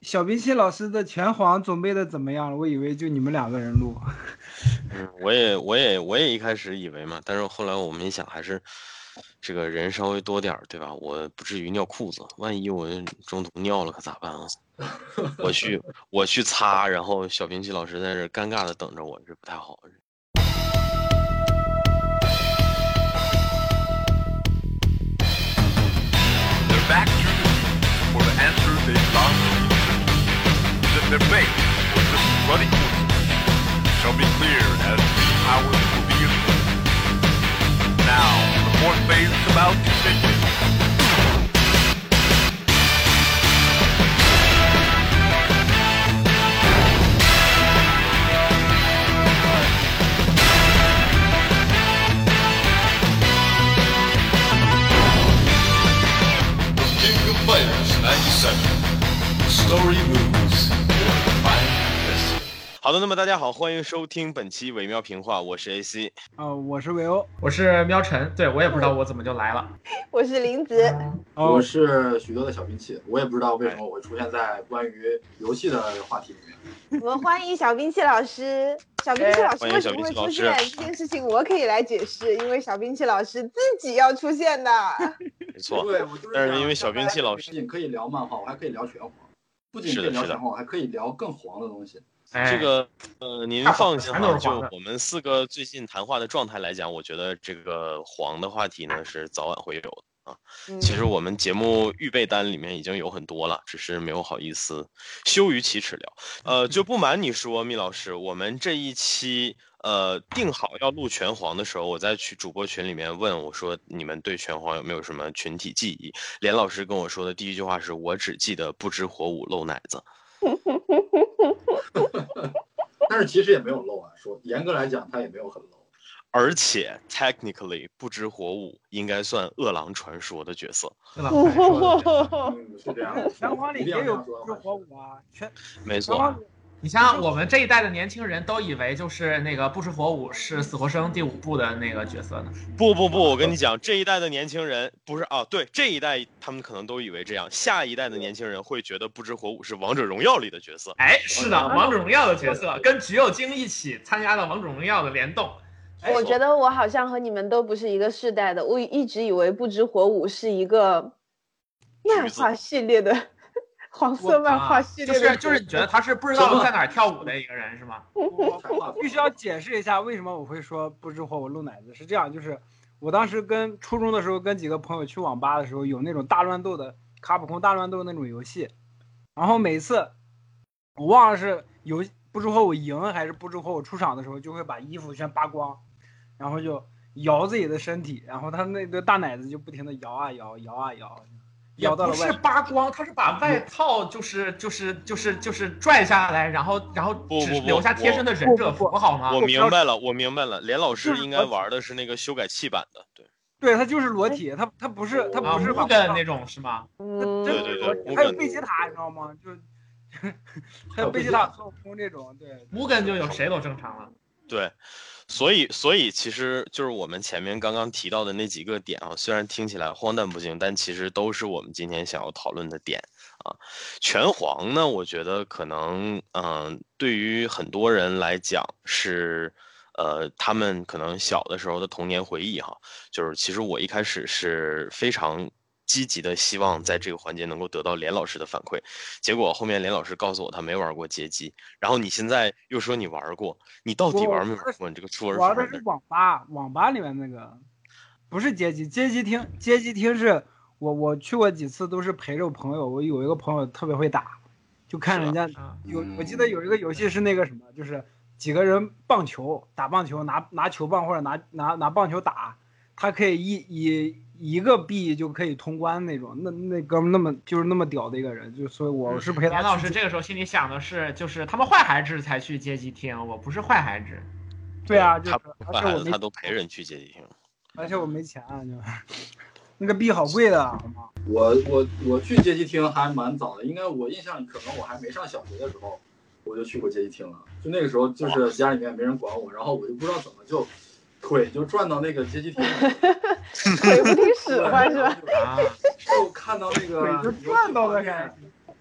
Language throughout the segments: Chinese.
小冰淇老师的拳皇准备的怎么样了？我以为就你们2个人录。 我也一开始以为嘛，但是后来我们一想，还是这个人稍微多点儿，对吧？我不至于尿裤子，万一我中途尿了可咋办啊？我去擦，然后小冰淇老师在这尴尬的等着我，这不太好。 Back to the for the answer they found. The debate was just bloody coincidence shall be clear as the powers will be informed. Now, the fourth phase is about to begin. Fighters 97 Story Moves 好的，那么大家好，欢迎收听本期伪妙评话，我是 AC。 我是维欧， 我是喵晨，对我也不知道我怎么就来了。 我是林子， 我是许多的小兵器，我也不知道为什么我会出现在关于游戏的话题里面。 我们欢迎小兵器老师。小兵器老师为什么会出现这件事情，我可以来解释，因为小兵器老师自己要出现的。 没错， 对，我就是。 但是因为小兵器老师不仅可以聊漫画，我还可以聊拳皇；不仅可以聊拳皇，我还可以聊更黄的东西。 这个您放心哈，就我们4个最近谈话的状态来讲，我觉得这个黄的话题呢是早晚会有的啊。其实我们节目预备单里面已经有很多了，只是没有好意思羞于启齿聊。就不瞒你说，密老师，我们这一期定好要录拳皇的时候，我在主播群里面问我说，你们对拳皇有没有什么群体记忆？连老师跟我说的第一句话是我只记得不知火舞露奶子。 但是其实也没有漏啊，说严格来讲，它也没有很漏。 而且 technically 不知火舞应该算饿狼传说的角色。 是这样的。 拳皇里也有不知火舞啊， 没错。 你像我们这一代的年轻人都以为就是那个不知火舞是死活生第5部的那个角色呢。 不，我跟你讲，这一代的年轻人不是啊，对，这一代他们可能都以为这样，下一代的年轻人会觉得不知火舞是王者荣耀里的角色。 哎，是的，王者荣耀的角色跟橘右京一起参加了王者荣耀的联动。 我觉得我好像和你们都不是一个世代的，我一直以为不知火舞是一个漫画系列的。黄色漫画系列的就是你觉得他是不知道在哪儿跳舞的一个人是吗？ 我必须要解释一下为什么我会说不知火舞露奶子。是这样，就是我当时初中的时候跟几个朋友去网吧的时候，有那种大乱斗的卡普空大乱斗那种游戏，然后每次我忘了是不知火舞赢还是不知火舞出场的时候，就会把衣服全扒光，然后就摇自己的身体，然后他那个大奶子就不停的摇啊摇，摇啊摇。 也不是扒光，他是把外套就是拽下来，然后只留下贴身的忍者服，好吗？ 我明白了，连老师应该玩的是那个修改器版的， 对，他就是裸体，他不是木根那种是吗？ 对， 还有贝吉塔你知道吗？就还有贝吉塔孙悟空这种，对， 木根就有谁都正常了， 对。所以其实就是我们前面刚刚提到的那几个点啊，虽然听起来荒诞不经，但其实都是我们今天想要讨论的点啊。拳皇呢，我觉得可能对于很多人来讲是他们可能小的时候的童年回忆哈。就是其实我一开始是非常积极的希望在这个环节能够得到连老师的反馈，结果后面连老师告诉我他没玩过街机，然后你现在又说你玩过，你到底玩没玩过？你这个出尔反尔。 玩的是网吧里面那个，不是街机厅是我去过几次，都是陪着我朋友，我有一个朋友特别会打，就看人家我记得有一个游戏是那个什么，就是几个人打棒球，拿球棒或者拿棒球打，他可以以一个币就可以通关那种，那哥们那么屌的一个人，就所以我是陪他。 连老师这个时候心里想的是，就是他们坏孩子才去街机厅，我不是坏孩子。 对啊， 他坏孩子他都陪人去街机厅， 而且我没钱啊，就那个币好贵的，好吗？ 我去街机厅还蛮早的，应该我印象里可能我还没上小学的时候，我就去过街机厅了。就那个时候就是家里面没人管我，然后我就不知道怎么就腿就转到那个街机厅， 腿不听使唤是吧？ 就看到那个腿就转到那个，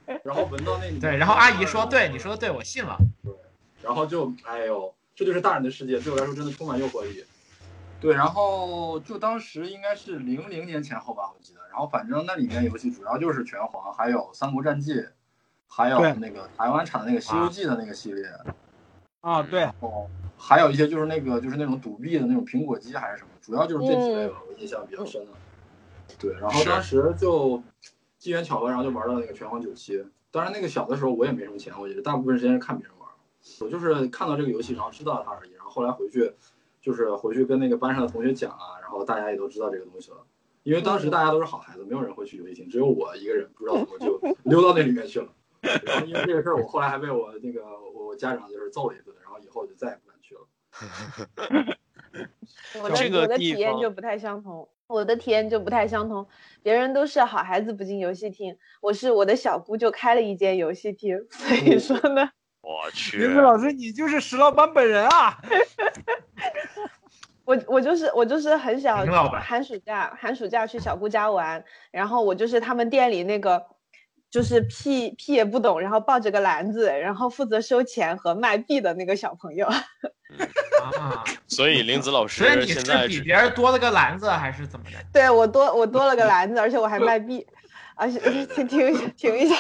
然后闻到那里对，然后阿姨说对，你说的对，我信了。 对，然后就哎呦，这就是大人的世界，对我来说真的充满诱惑力。对，然后就当时应该是00年前后吧，我记得。然后反正那里面游戏主要就是拳皇，还有三国战记，还有那个台湾产的那个西游记的那个系列。 啊，对。 哦，还有一些就是那种赌币的那种苹果机还是什么，主要就是这几类吧，我印象比较深的。对，然后当时就机缘巧合，然后就玩到那个拳皇97。当然那个小的时候我也没什么钱，我觉得大部分时间是看别人玩，我就是看到这个游戏然后知道它而已。然后后来回去跟那个班上的同学讲啊，然后大家也都知道这个东西了。因为当时大家都是好孩子，没有人会去游戏厅，只有我一个人不知道怎么就溜到那里面去了。然后因为这个事儿，我后来还被我家长就是揍了一顿，然后以后就再也不敢去了。 我的体验就不太相同，别人都是好孩子不进游戏厅，我的小姑就开了一间游戏厅，所以说呢， 我去， 林子老师你就是石老板本人啊！ 我就是很小，寒暑假去小姑家玩，然后我就是他们店里那个就是屁也不懂，然后抱着个篮子，然后负责收钱和卖币的那个小朋友。 所以林子老师现在比别人多了个篮子还是怎么的？ 对，我多了个篮子，而且我还卖币，而且停一下。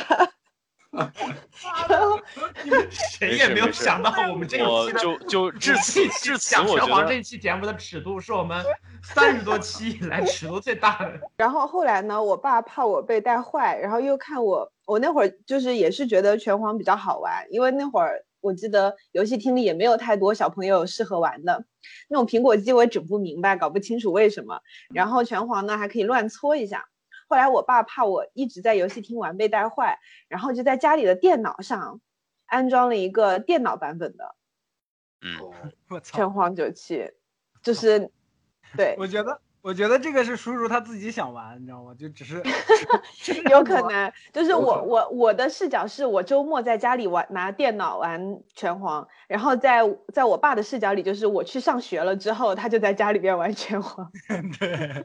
谁也没有想到我们这一期的就至此我觉得这期节目的尺度是我们30多期以来尺度最大的。 然后后来呢，我爸怕我被带坏，然后又看我那会儿就是也是觉得拳皇比较好玩，因为那会儿我记得游戏厅里也没有太多小朋友适合玩的那种苹果机，我也整不明白，搞不清楚为什么。然后拳皇呢还可以乱搓一下。后来我爸怕我一直在游戏厅玩被带坏，然后就在家里的电脑上安装了一个电脑版本的拳皇97，就是对。 我觉得这个是叔叔他自己想玩，你知道吗？就只是有可能，就是我的视角是我周末在家里拿电脑玩拳皇，然后在我爸的视角里，就是我去上学了之后，他就在家里边玩拳皇。 对，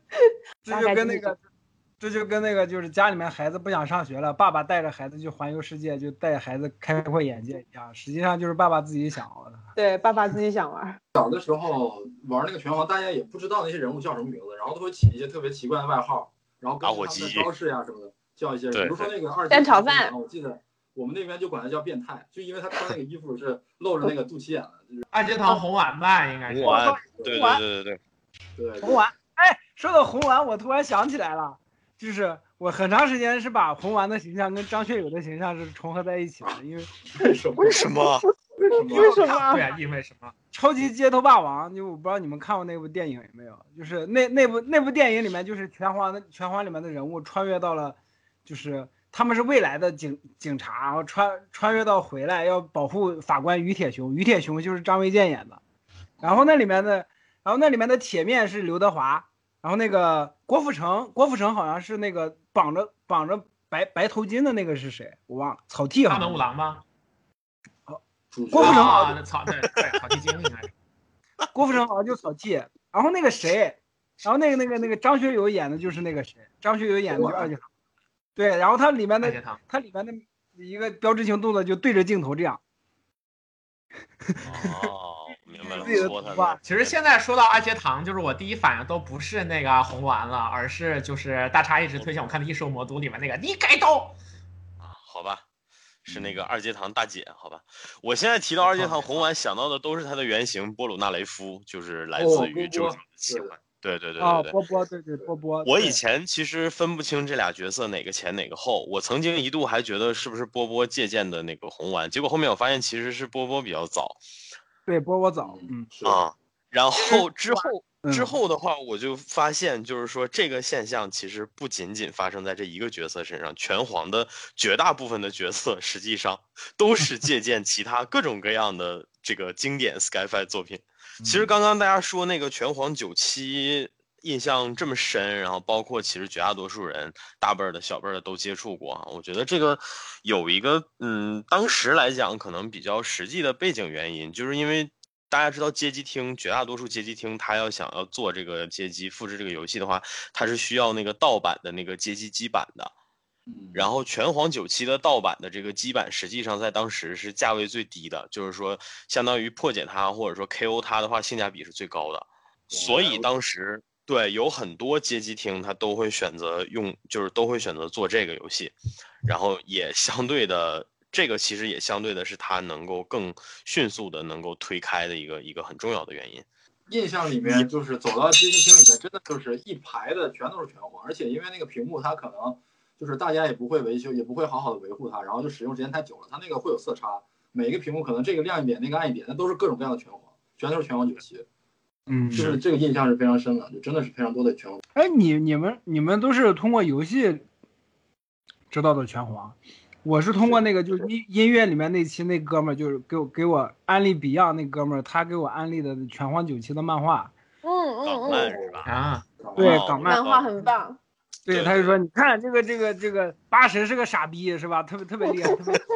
这就跟那个就是家里面孩子不想上学了，爸爸带着孩子去环游世界，就带着孩子开阔眼界一样，实际上就是爸爸自己想玩的。 对，爸爸自己想玩。 小的时候玩那个拳皇，大家也不知道那些人物叫什么名字，然后都会起一些特别奇怪的外号，然后跟他们的招式呀什么的叫一些人，比如说那个二蛋炒饭， 我记得我们那边就管他叫变态，就因为他穿那个衣服是露着那个肚脐眼的，就是二阶堂红丸吧，应该是。 对。 红丸，哎，说到红丸，我突然想起来了。就是我很长时间是把红丸的形象跟张学友的形象是重合在一起的，因为为什么？ 对，因为什么？ 超级街头霸王，就我不知道你们看过那部电影有没有？就是那部电影里面，就是拳皇里面的人物穿越到了，就是他们是未来的警察，然后穿越到回来要保护法官于铁雄就是张卫健演的，然后那里面的铁面是刘德华。然后那个郭富城好像是那个绑着白头巾的那个是谁？我忘了。草剃好像。 大门五郎吗？ 郭富城好像草剃精应该是。 郭富城好像就草剃。然后那个谁，然后那个张学友演的就是那个谁？张学友演的就是二阶堂。对，然后他里面的一个标志性动作就对着镜头这样。 明白了。 其实现在说到二阶堂，就是我第一反应都不是那个红丸了，而是就是大叉一直推荐我看的《异兽魔都》里面那个你改刀好吧，是那个二阶堂大姐，好吧。我现在提到二阶堂红丸，想到的都是他的原型波鲁纳雷夫，就是来自于这种喜欢。对， 波波。 我以前其实分不清这俩角色哪个前哪个后，我曾经一度还觉得是不是波波借鉴的那个红丸，结果后面我发现其实是波波比较早。 对，波波早， 然后之后的话，我就发现就是说这个现象其实不仅仅发生在这一个角色身上，拳皇的绝大部分的角色实际上都是借鉴其他各种各样的这个经典 Skyfi 作品。其实刚刚大家说那个拳皇97印象这么深，然后包括其实绝大多数人大辈儿的小辈儿的都接触过啊。我觉得这个有一个当时来讲可能比较实际的背景原因，就是因为大家知道街机厅绝大多数街机厅他要做这个街机复制这个游戏的话，它是需要那个盗版的那个街机基板的。 然后拳皇97的盗版的这个基版，实际上在当时是价位最低的，就是说相当于破解它或者说 KO 它的话，性价比是最高的。所以当时对有很多街机厅，它都会选择就是都会选择做这个游戏，然后也相对的，这个其实也相对的是它能够更迅速的能够推开的一个很重要的原因。 印象里面就是走到街机厅里面，真的就是一排的全都是拳皇，而且因为那个屏幕它可能就是大家也不会维修，也不会好好的维护它，然后就使用时间太久了，它那个会有色差，每一个屏幕可能这个亮一点，那个暗一点，那都是各种各样的拳皇，全都是拳皇97。就是这个印象是非常深的，就真的是非常多的拳皇。 哎，你们都是通过游戏知道的拳皇，我是通过那个就是音乐里面那期那哥们儿，就是给我安利 Beyond 那哥们儿，他给我安利的拳皇97的漫画。 港漫是吧？ 啊， 对，港漫画很棒。 对，他就说你看这个八神是个傻逼是吧？特别厉害。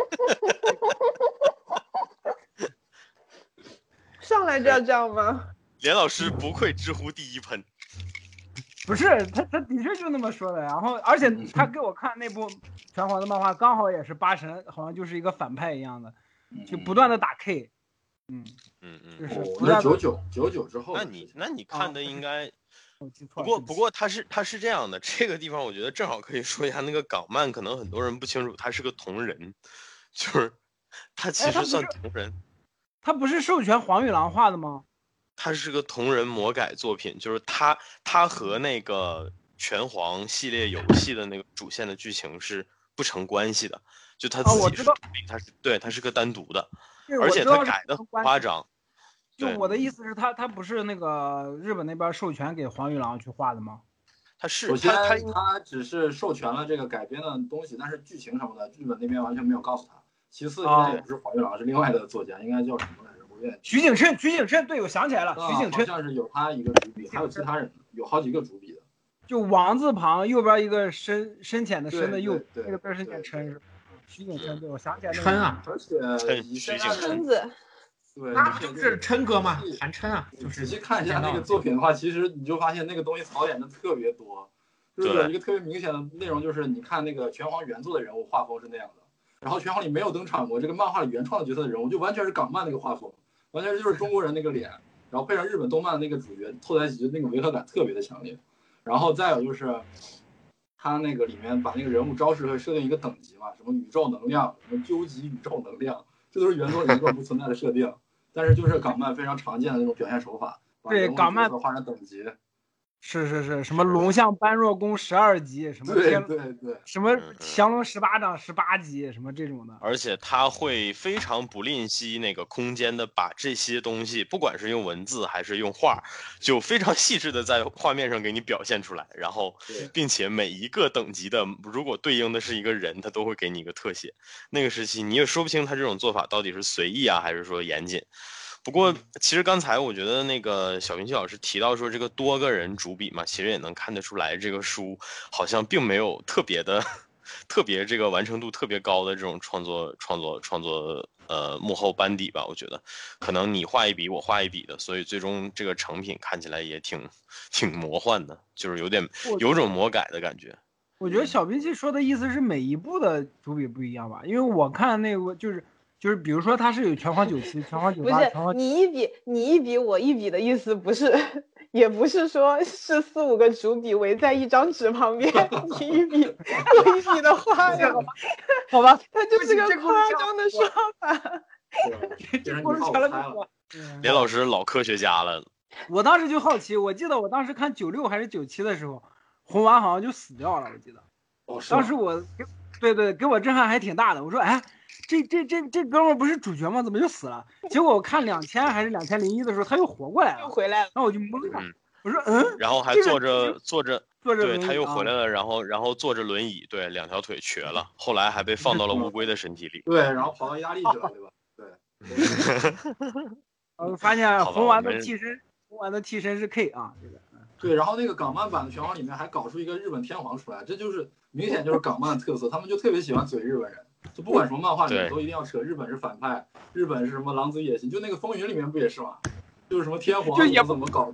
上来就要这样吗？ 连老师不愧知乎第一喷。 不是他的确就那么说的，然后而且他给我看那部拳皇的漫画，刚好也是八神，好像就是一个反派一样的，就不断的打 K。就是不断的 99之后。 那你看的应该。不过他是这样的，这个地方我觉得正好可以说一下那个港漫，可能很多人不清楚，他是个同人，就是他其实算同人。 他不是授权黄玉郎画的吗？ 他是个同人魔改作品，就是他和那个拳皇系列游戏的那个主线的剧情是不成关系的，就他自己是他是个单独的，而且他改的很夸张。 就我的意思是他不是那个日本那边授权给黄玉郎去画的吗？ 首先他只是授权了这个改编的东西，但是剧情什么的日本那边完全没有告诉他。其次应该也不是黄玉郎，是另外的作家，应该叫什么来着？ 徐景琛，对，我想起来了，徐景琛好像是有他一个主笔，还有其他人，有好几个主笔的。 就王字旁右边一个深浅的深的右，那个字是念琛是吧？徐景琛，对，我想起来琛啊， 而且徐景琛子。 对， 那不就是琛哥吗？韩琛啊，就是仔细看一下那个作品的话，其实你就发现那个东西槽点的特别多，就是有一个特别明显的内容，就是你看那个拳皇原作的人物画风是那样的，然后拳皇里没有登场过这个漫画里原创的角色的人物，就完全是港漫那个画风，完全就是中国人那个脸，然后配上日本动漫那个主角凑在一起，就那个违和感特别的强烈。然后再有就是他那个里面把那个人物招式会设定一个等级嘛，什么宇宙能量，什么究极宇宙能量，这都是原作里根本不存在的设定。但是就是港漫非常常见的那种表现手法， 对，港漫画成等级， 是什么龙象般若功12级，什么对， 什么降龙18掌18级，什么这种的。 而且他会非常不吝惜那个空间的把这些东西，不管是用文字还是用画，就非常细致的在画面上给你表现出来，然后并且每一个等级的如果对应的是一个人，他都会给你一个特写。那个时期你也说不清他这种做法到底是随意啊还是说严谨。不过其实刚才我觉得那个小云溪老师提到说这个多个人主笔嘛，其实也能看得出来这个书好像并没有特别这个完成度特别高的这种创作幕后班底吧。我觉得可能你画一笔我画一笔的，所以最终这个成品看起来也挺魔幻的，就是有种魔改的感觉。 我觉得小兵器说的意思是每一部的主笔不一样吧，因为我看那个就是比如说他是有拳皇97、拳皇98， 不是你一笔我一笔的意思，不是，也不是说是4-5个主笔围在一张纸旁边，你一笔我一笔的画呀，好吧，它就是个夸张的说法。 这故事全了。 连老师老科学家了。 我当时就好奇，我记得我当时看96还是97的时候，红丸好像就死掉了，我记得。当时我对给我震撼还挺大的，我说哎。这哥们不是主角吗？怎么就死了？结果我看2000还是2001的时候，他又活过来了， 又回来了。 然后我就懵了，我说然后还坐着，对，他又回来了，然后坐着轮椅，对，2条腿瘸了，后来还被放到了乌龟的身体里。 对，然后跑到压力者，对吧？对。 我发现红丸的替身是 K 啊，这个。 对，然后那个港漫版的拳皇里面还搞出一个日本天皇出来，这就是明显就是港漫的特色，他们就特别喜欢嘴日本人。就不管什么漫画里面都一定要扯日本是反派，日本是什么狼子野心，就那个风云里面不也是吗？就是什么天皇怎么搞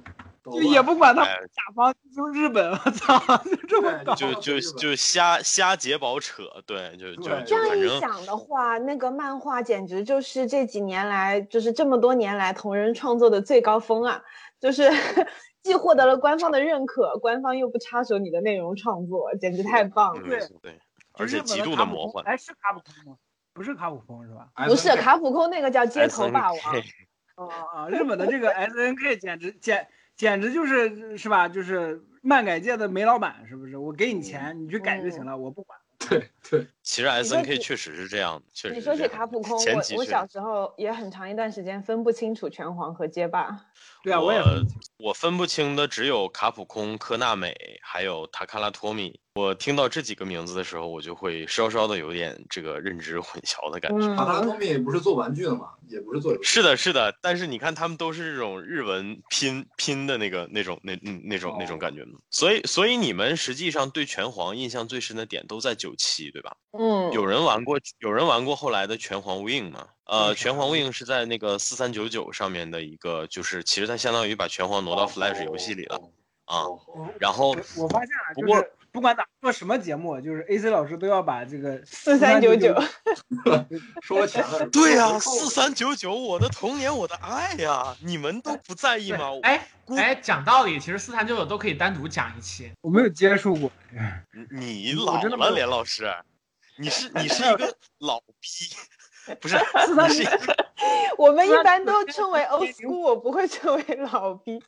就也不管他甲方就日本，我操，就这么搞， 就瞎解宝扯，对，就这样一想的话，那个漫画简直就是这几年来，就是这么多年来同人创作的最高峰啊！就是既获得了官方的认可，官方又不插手你的内容创作，简直太棒了。 对，而且极度的魔幻。 哎，是卡普空吗？不是卡普空是吧？ 不是卡普空那个叫街头霸王。 日本的这个 SNK 简直就是吧？就是漫改界的煤老板，是不是？我给你钱，你去改就行了，我不管。 对， 其实 SNK 确实是这样的，确实。 你说起卡普空，我小时候也很长一段时间分不清楚拳皇和街霸。 对啊， 我分不清的只有卡普空、科纳美，还有塔卡拉托米。我听到这几个名字的时候，我就会稍稍的有点这个认知混淆的感觉。 塔卡拉托米不是做玩具的吗？也不是做游戏。 是的，但是你看他们都是这种日文拼的那种感觉嘛。所以你们实际上对拳皇印象最深的点都在97，对吧？有人玩过后来的拳皇 Wing 吗？拳皇 Wing 是在那个4399上面的一个，就是其实它相当于把拳皇挪到 Flash 游戏里了啊。然后我发现了，就是不管做什么节目，就是 AC 老师都要把这个 4399 说钱了。 对呀，4399，我的童年，我的爱呀，你们都不在意吗？ 哎，讲道理，其实4399都可以单独讲一期。 我没有接触过。 你老了，连老师，你是一个老逼。不是， 我们一般都称为 old school， 我不会称为老逼。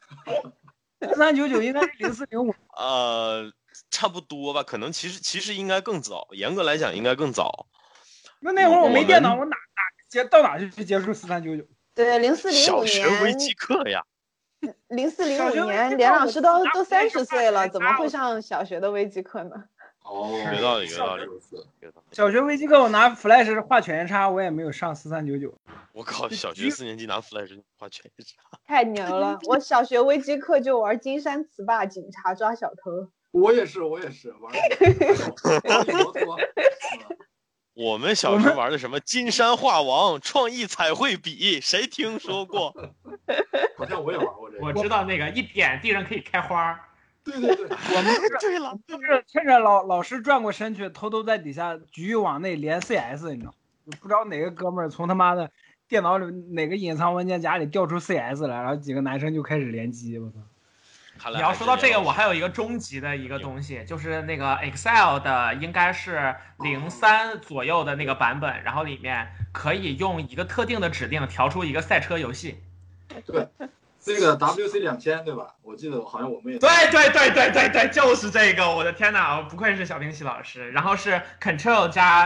4399应该是0405。 差不多吧，可能其实应该更早，严格来讲应该更早。 那会儿我没电脑，我到哪去接触4399？ 对，0405年。 小学微机课呀。 0405年，连老师都30岁了，怎么会上小学的微机课呢？ 有道理。 小学微机课我拿 Flash 画犬夜叉，我也没有上4399。 我靠，小学4年级拿 Flash 画犬夜叉， 太牛了！我小学微机课就玩金山词霸警察抓小偷。 我也是玩我们小时候玩的什么金山画王、创意彩绘笔，谁听说过？ 好像我也玩过这个。 我知道那个一点地上可以开花。 对， 我们对了， 就是趁着老师转过身去，偷偷在底下局域网内连 CS， 你知道，不知道哪个哥们儿从他妈的电脑里哪个隐藏文件夹里调出 CS 来，然后几个男生就开始联机，我操！ 你要说到这个，我还有一个终极的一个东西，就是那个 Excel 的应该是03左右的那个版本，然后里面可以用一个特定的指令调出一个赛车游戏。 对，这个 WC2000 对吧？我记得好像我们也对，就是这个！我的天哪，不愧是小冰淇老师。然后是 Control 加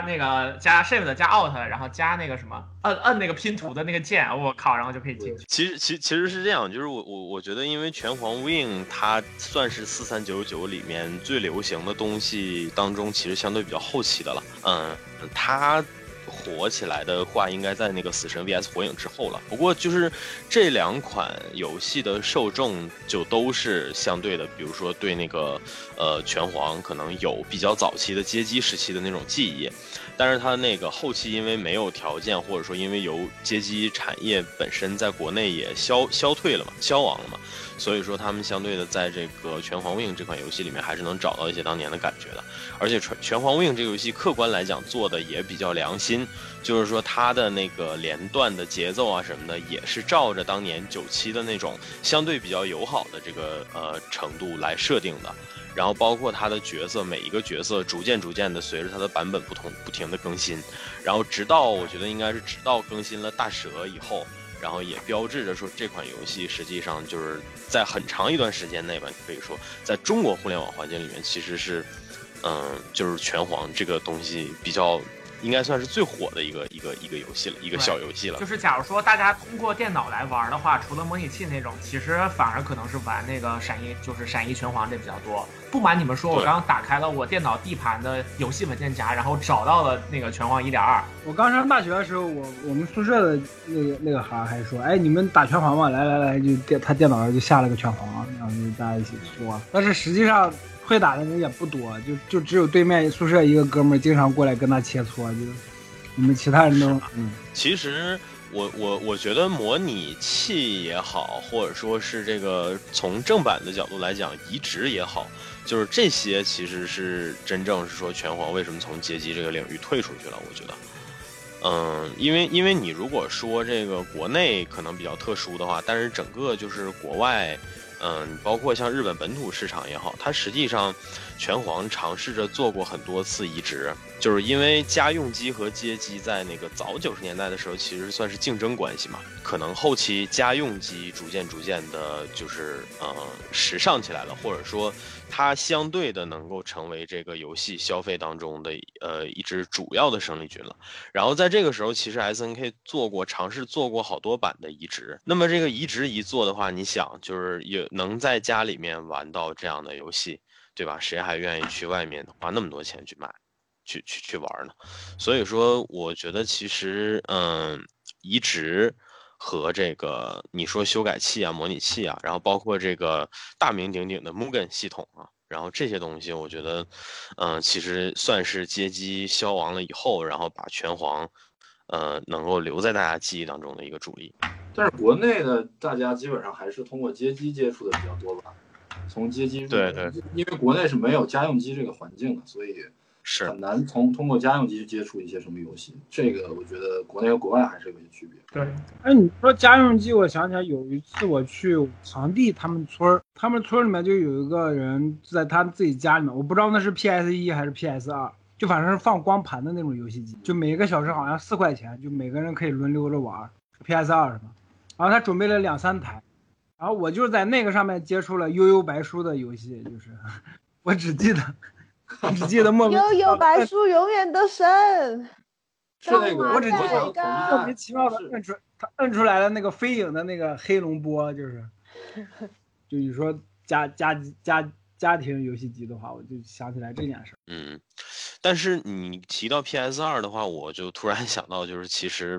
Shift 加 Alt， 然后加那个什么摁那个拼图的那个键，我靠，然后就可以进去。 其实是这样，就是我觉得，因为拳皇 Wing 它算是4399里面最流行的东西当中，其实相对比较后期的了。它火起来的话，应该在那个死神 VS 火影之后了。不过就是这两款游戏的受众就都是相对的，比如说对那个拳皇可能有比较早期的街机时期的那种记忆，但是它那个后期因为没有条件，或者说因为由街机产业本身在国内也消亡了嘛，所以说他们相对的在这个拳皇 Wing 这款游戏里面还是能找到一些当年的感觉的。而且拳皇 Wing 这个游戏客观来讲做的也比较良心，就是说它的那个连段的节奏啊什么的也是照着当年97的那种相对比较友好的这个程度来设定的。然后包括他的角色，每一个角色逐渐的随着他的版本不停的更新，然后直到我觉得应该是直到更新了大蛇以后，然后也标志着说这款游戏实际上就是在很长一段时间内吧，可以说在中国互联网环境里面其实是就是拳皇这个东西比较应该算是最火的一个游戏了，一个小游戏了。 就是假如说大家通过电脑来玩的话，除了模拟器那种，其实反而可能是玩那个闪翼拳皇这比较多。不瞒你们说，我刚刚打开了我电脑地盘的游戏文件夹，然后找到了那个拳皇 1.2。 我刚上大学的时候，我们宿舍的那个孩还说，哎，你们打拳皇吗？来，就他电脑上就下了个拳皇，然后就大家一起说。但是实际上会打的人也不多，就只有对面宿舍一个哥们儿经常过来跟他切磋，就你们其他人都其实我觉得模拟器也好，或者说是这个从正版的角度来讲，移植也好，就是这些其实是真正是说拳皇为什么从街机这个领域退出去了，我觉得。因为你如果说这个国内可能比较特殊的话，但是整个就是国外，包括像日本本土市场也好，它实际上拳皇尝试着做过很多次移植，就是因为家用机和街机在那个早90年代的时候其实算是竞争关系嘛，可能后期家用机逐渐的就是时尚起来了，或者说它相对的能够成为这个游戏消费当中的一支主要的生力军了。然后在这个时候，其实 SNK 尝试做过好多版的移植。那么这个移植一做的话，你想就是也能在家里面玩到这样的游戏，对吧？谁还愿意去外面花那么多钱去买，去玩呢？所以说，我觉得其实移植和这个你说修改器啊、模拟器啊，然后包括这个大名鼎鼎的 Mugen 系统啊，然后这些东西，我觉得，其实算是街机消亡了以后，然后把拳皇，能够留在大家记忆当中的一个主力。 但是国内的大家基本上还是通过街机接触的比较多吧，从街机入门， 对， 因为国内是没有家用机这个环境的，所以是很难通过家用机去接触一些什么游戏。这个我觉得国内和国外还是有些区别。 对， 哎，你说家用机，我想起来有一次我去堂弟他们村里面就有一个人在他自己家里面，我不知道那是 PS1 还是 PS2，就反正是放光盘的那种游戏机，就每个小时好像4块钱，就每个人可以轮流着玩 PS2 是吧？然后他准备了2-3台，然后我就是在那个上面接触了悠悠白书的游戏，就是我只记得莫名悠悠白书永远的神， 是那个我只记得莫名其妙的摁出来了那个飞影的那个黑龙波，就是就你说家庭游戏机的话，我就想起来这件事。 但是你提到 PS2 的话，我就突然想到，就是其实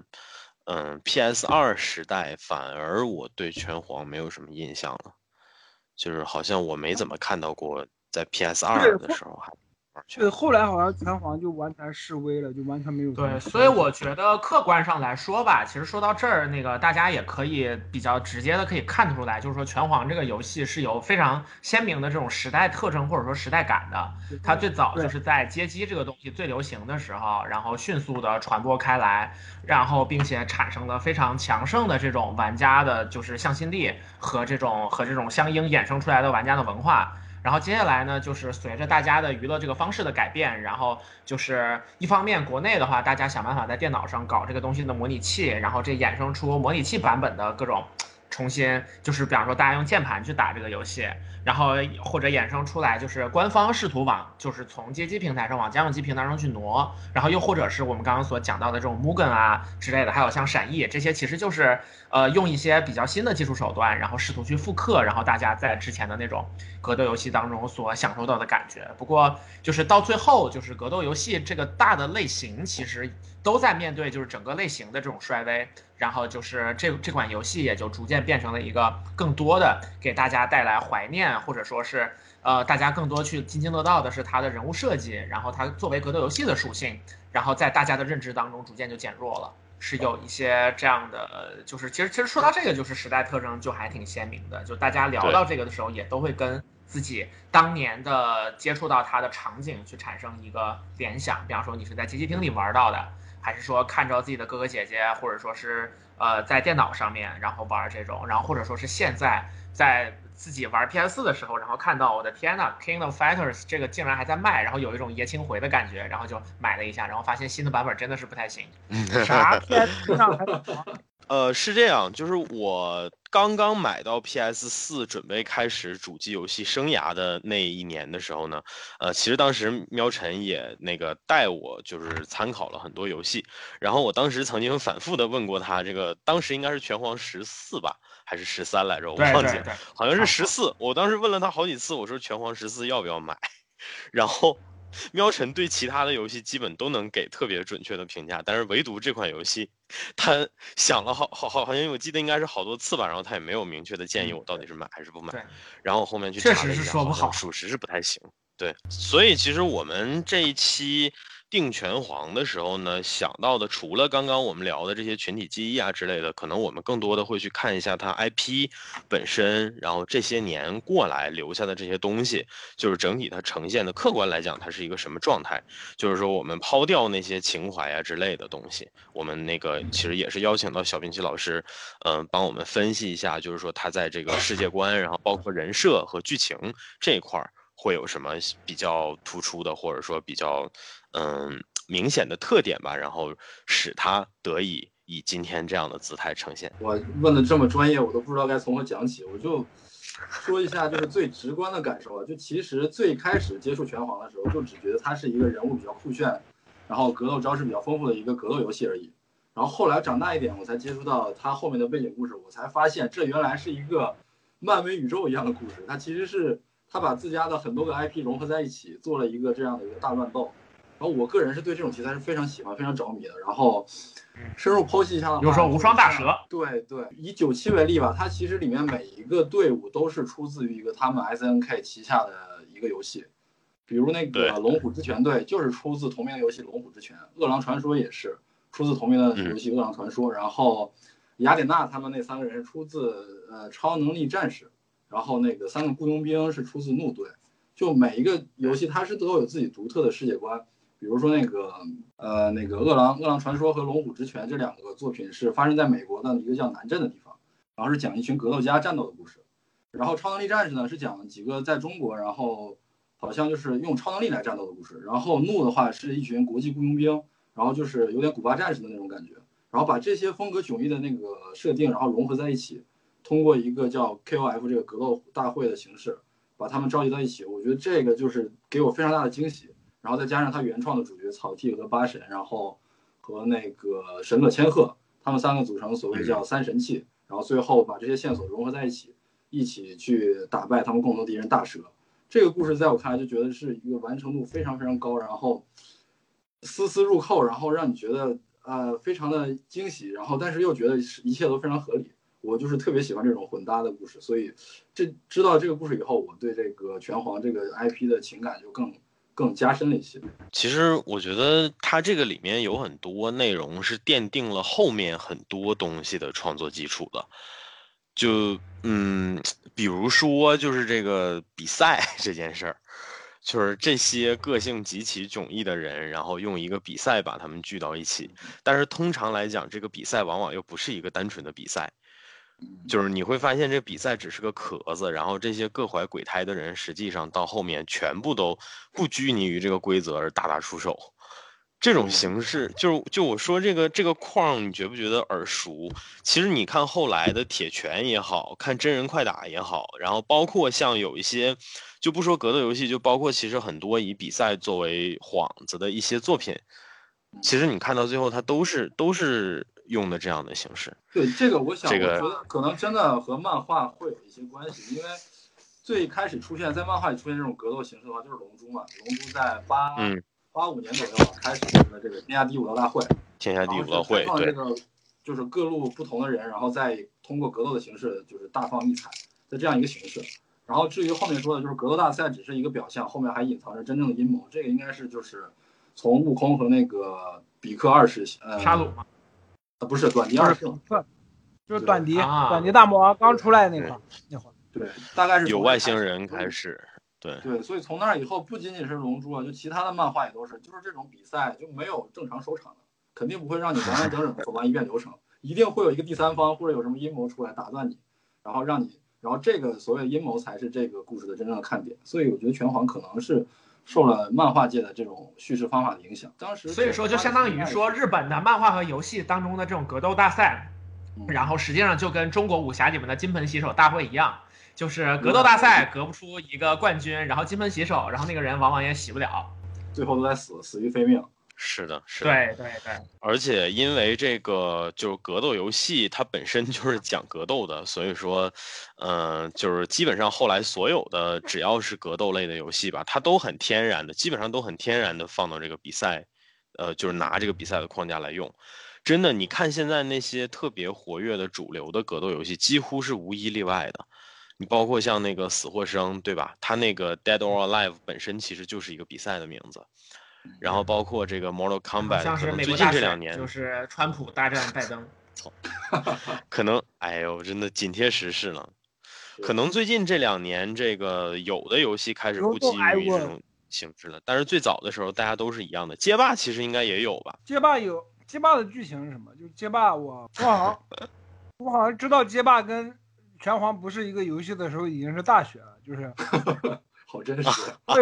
PS2 时代反而我对拳皇没有什么印象了，就是好像我没怎么看到过在 PS2 的时候还。 对，后来好像拳皇就完全式微了，就完全没有。 对，所以我觉得客观上来说吧，其实说到这儿，那个大家也可以比较直接的可以看出来，就是说拳皇这个游戏是有非常鲜明的这种时代特征或者说时代感的。它最早就是在街机这个东西最流行的时候，然后迅速的传播开来，然后并且产生了非常强盛的这种玩家的就是向心力和这种相应衍生出来的玩家的文化。然后接下来呢，就是随着大家的娱乐这个方式的改变，然后就是一方面国内的话，大家想办法在电脑上搞这个东西的模拟器，然后这衍生出模拟器版本的各种重新，就是比方说大家用键盘去打这个游戏，然后或者衍生出来就是官方试图就是从街机平台上往家用机平台上去挪，然后又或者是我们刚刚所讲到的这种 Mugen 啊之类的，还有像闪翼这些，其实就是用一些比较新的技术手段，然后试图去复刻，然后大家在之前的那种格斗游戏当中所享受到的感觉。不过就是到最后，就是格斗游戏这个大的类型其实都在面对就是整个类型的这种衰微，然后就是这款游戏也就逐渐变成了一个更多的给大家带来怀念，或者说是大家更多去津津乐道的是它的人物设计，然后它作为格斗游戏的属性，然后在大家的认知当中逐渐就减弱了，是有一些这样的，就是其实说到这个，就是时代特征就还挺鲜明的，就大家聊到这个的时候，也都会跟自己当年的接触到它的场景去产生一个联想，比方说你是在街机厅里玩到的，还是说看着自己的哥哥姐姐，或者说是在电脑上面然后玩这种，然后或者说是现在在自己玩 PS4 的时候，然后看到我的天呐 King of Fighters 这个竟然还在卖，然后有一种爷青回的感觉，然后就买了一下，然后发现新的版本真的是不太行。 啥 PS 上还是这样，就是我刚刚买到 PS4 准备开始主机游戏生涯的那一年的时候呢，其实当时喵晨也那个带我就是参考了很多游戏，然后我当时曾经反复的问过他，这个当时应该是拳皇14吧还是13来着，我忘记了，好像是14，我当时问了他好几次，我说拳皇14要不要买，然后喵晨对其他的游戏基本都能给特别准确的评价，但是唯独这款游戏他想了好像我记得应该是好多次吧，然后他也没有明确的建议我到底是买还是不买，然后后面去查了一下， 确实是说不好， 属实是不太行。对，所以其实我们这一期定拳皇的时候呢，想到的除了刚刚我们聊的这些群体记忆啊之类的，可能我们更多的会去看一下它 IP 本身，然后这些年过来留下的这些东西，就是整体它呈现的客观来讲，它是一个什么状态。就是说我们抛掉那些情怀啊之类的东西，我们那个其实也是邀请到小兵奇老师，帮我们分析一下，就是说他在这个世界观，然后包括人设和剧情这一块会有什么比较突出的，或者说比较明显的特点吧，然后使他得以今天这样的姿态呈现。 我问的这么专业，我都不知道该从何讲起，我就说一下就是最直观的感受啊。就其实最开始接触拳皇的时候，就只觉得它是一个人物比较酷炫，然后格斗招式比较丰富的一个格斗游戏而已。然后后来长大一点，我才接触到它后面的背景故事，我才发现这原来是一个漫威宇宙一样的故事。它其实是他把自家的很多个 IP 融合在一起，做了一个这样的一个大乱斗。然后我个人是对这种题材是非常喜欢、非常着迷的。然后深入剖析一下的话， 比如说无双大蛇， 对，以97为例吧，它其实里面每一个队伍都是出自于一个他们 SNK 旗下的一个游戏，比如那个龙虎之拳队就是出自同名的游戏《龙虎之拳》，饿狼传说也是出自同名的游戏《饿狼传说》，然后雅典娜他们那3个人是出自超能力战士，然后那个3个雇佣兵是出自怒队，就每一个游戏它是都有自己独特的世界观。比如说那个饿狼传说和龙虎之拳这2个作品是发生在美国的一个叫南镇的地方，然后是讲一群格斗家战斗的故事。然后超能力战士呢是讲几个在中国，然后好像就是用超能力来战斗的故事。然后怒的话是一群国际雇佣兵，然后就是有点古巴战士的那种感觉。然后把这些风格迥异的那个设定，然后融合在一起，通过一个叫 KOF 这个格斗大会的形式，把他们召集到一起。我觉得这个就是给我非常大的惊喜。然后再加上他原创的主角草剃和八神，然后和那个神乐千鹤，他们3个组成所谓叫3神器，然后最后把这些线索融合在一起，一起去打败他们共同敌人大蛇。这个故事在我看来就觉得是一个完成度非常非常高，然后丝丝入扣，然后让你觉得非常的惊喜，然后但是又觉得一切都非常合理。我就是特别喜欢这种混搭的故事，所以知道这个故事以后，我对这个拳皇这个 IP 的情感就更加深了一些。 其实我觉得它这个里面有很多内容是奠定了后面很多东西的创作基础的。就比如说就是这个比赛这件事儿，就是这些个性极其迥异的人，然后用一个比赛把他们聚到一起。但是通常来讲，这个比赛往往又不是一个单纯的比赛。就是你会发现这比赛只是个壳子，然后这些各怀鬼胎的人实际上到后面全部都不拘泥于这个规则而大打出手。这种形式就我说这个框你觉不觉得耳熟？其实你看后来的铁拳也好看真人快打也好，然后包括像有一些就不说格斗游戏，就包括其实很多以比赛作为幌子的一些作品，其实你看到最后它都是用的这样的形式。 对这个我觉得可能真的和漫画会有一些关系，因为最开始在漫画里出现这种格斗形式的话就是龙珠嘛。龙珠在85年左右开始的这个天下第一武道大会， 天下第一武道会，对， 这个就是各路不同的人，然后再通过格斗的形式就是大放异彩的这样一个形式。然后至于后面说的就是格斗大赛只是一个表象，后面还隐藏着真正的阴谋。这个应该是就是从悟空和那个比克二世沙鲁吗？ 不是短笛二世， 就是短笛大魔王刚出来那会儿， 对，大概是有外星人开始。 对，所以从那以后不仅仅是龙珠啊，就其他的漫画也都是，就是这种比赛就没有正常收场的，肯定不会让你完完整整的走完一遍流程，一定会有一个第三方或者有什么阴谋出来打断你，然后这个所谓的阴谋才是这个故事的真正的看点。所以我觉得拳皇可能是受了漫画界的这种叙事方法的影响。当时所以说就相当于说日本的漫画和游戏当中的这种格斗大赛，然后实际上就跟中国武侠里面的金盆洗手大会一样。就是格斗大赛格不出一个冠军，然后金盆洗手，然后那个人往往也洗不了， 最后都在死于非命。 是的。 对。 而且因为这个就是格斗游戏，它本身就是讲格斗的，所以说，就是基本上后来所有的只要是格斗类的游戏吧，它都很天然的，基本上都很天然的放到这个比赛，就是拿这个比赛的框架来用。真的，你看现在那些特别活跃的主流的格斗游戏，几乎是无一例外的。你包括像那个死或生，对吧？他那个 Dead or Alive 本身其实就是一个比赛的名字。 然后包括这个 Mortal Kombat， 像是可能最近美国大选这两年就是川普大战拜登， 可能哎呦真的紧贴时事了。可能最近这2年，这个有的游戏开始不基于这种形式了，但是最早的时候大家都是一样的。街霸其实应该也有吧？ 街霸有，街霸的剧情是什么？就街霸我好像知道街霸跟拳皇不是一个游戏的时候已经是大学了，就是好真实。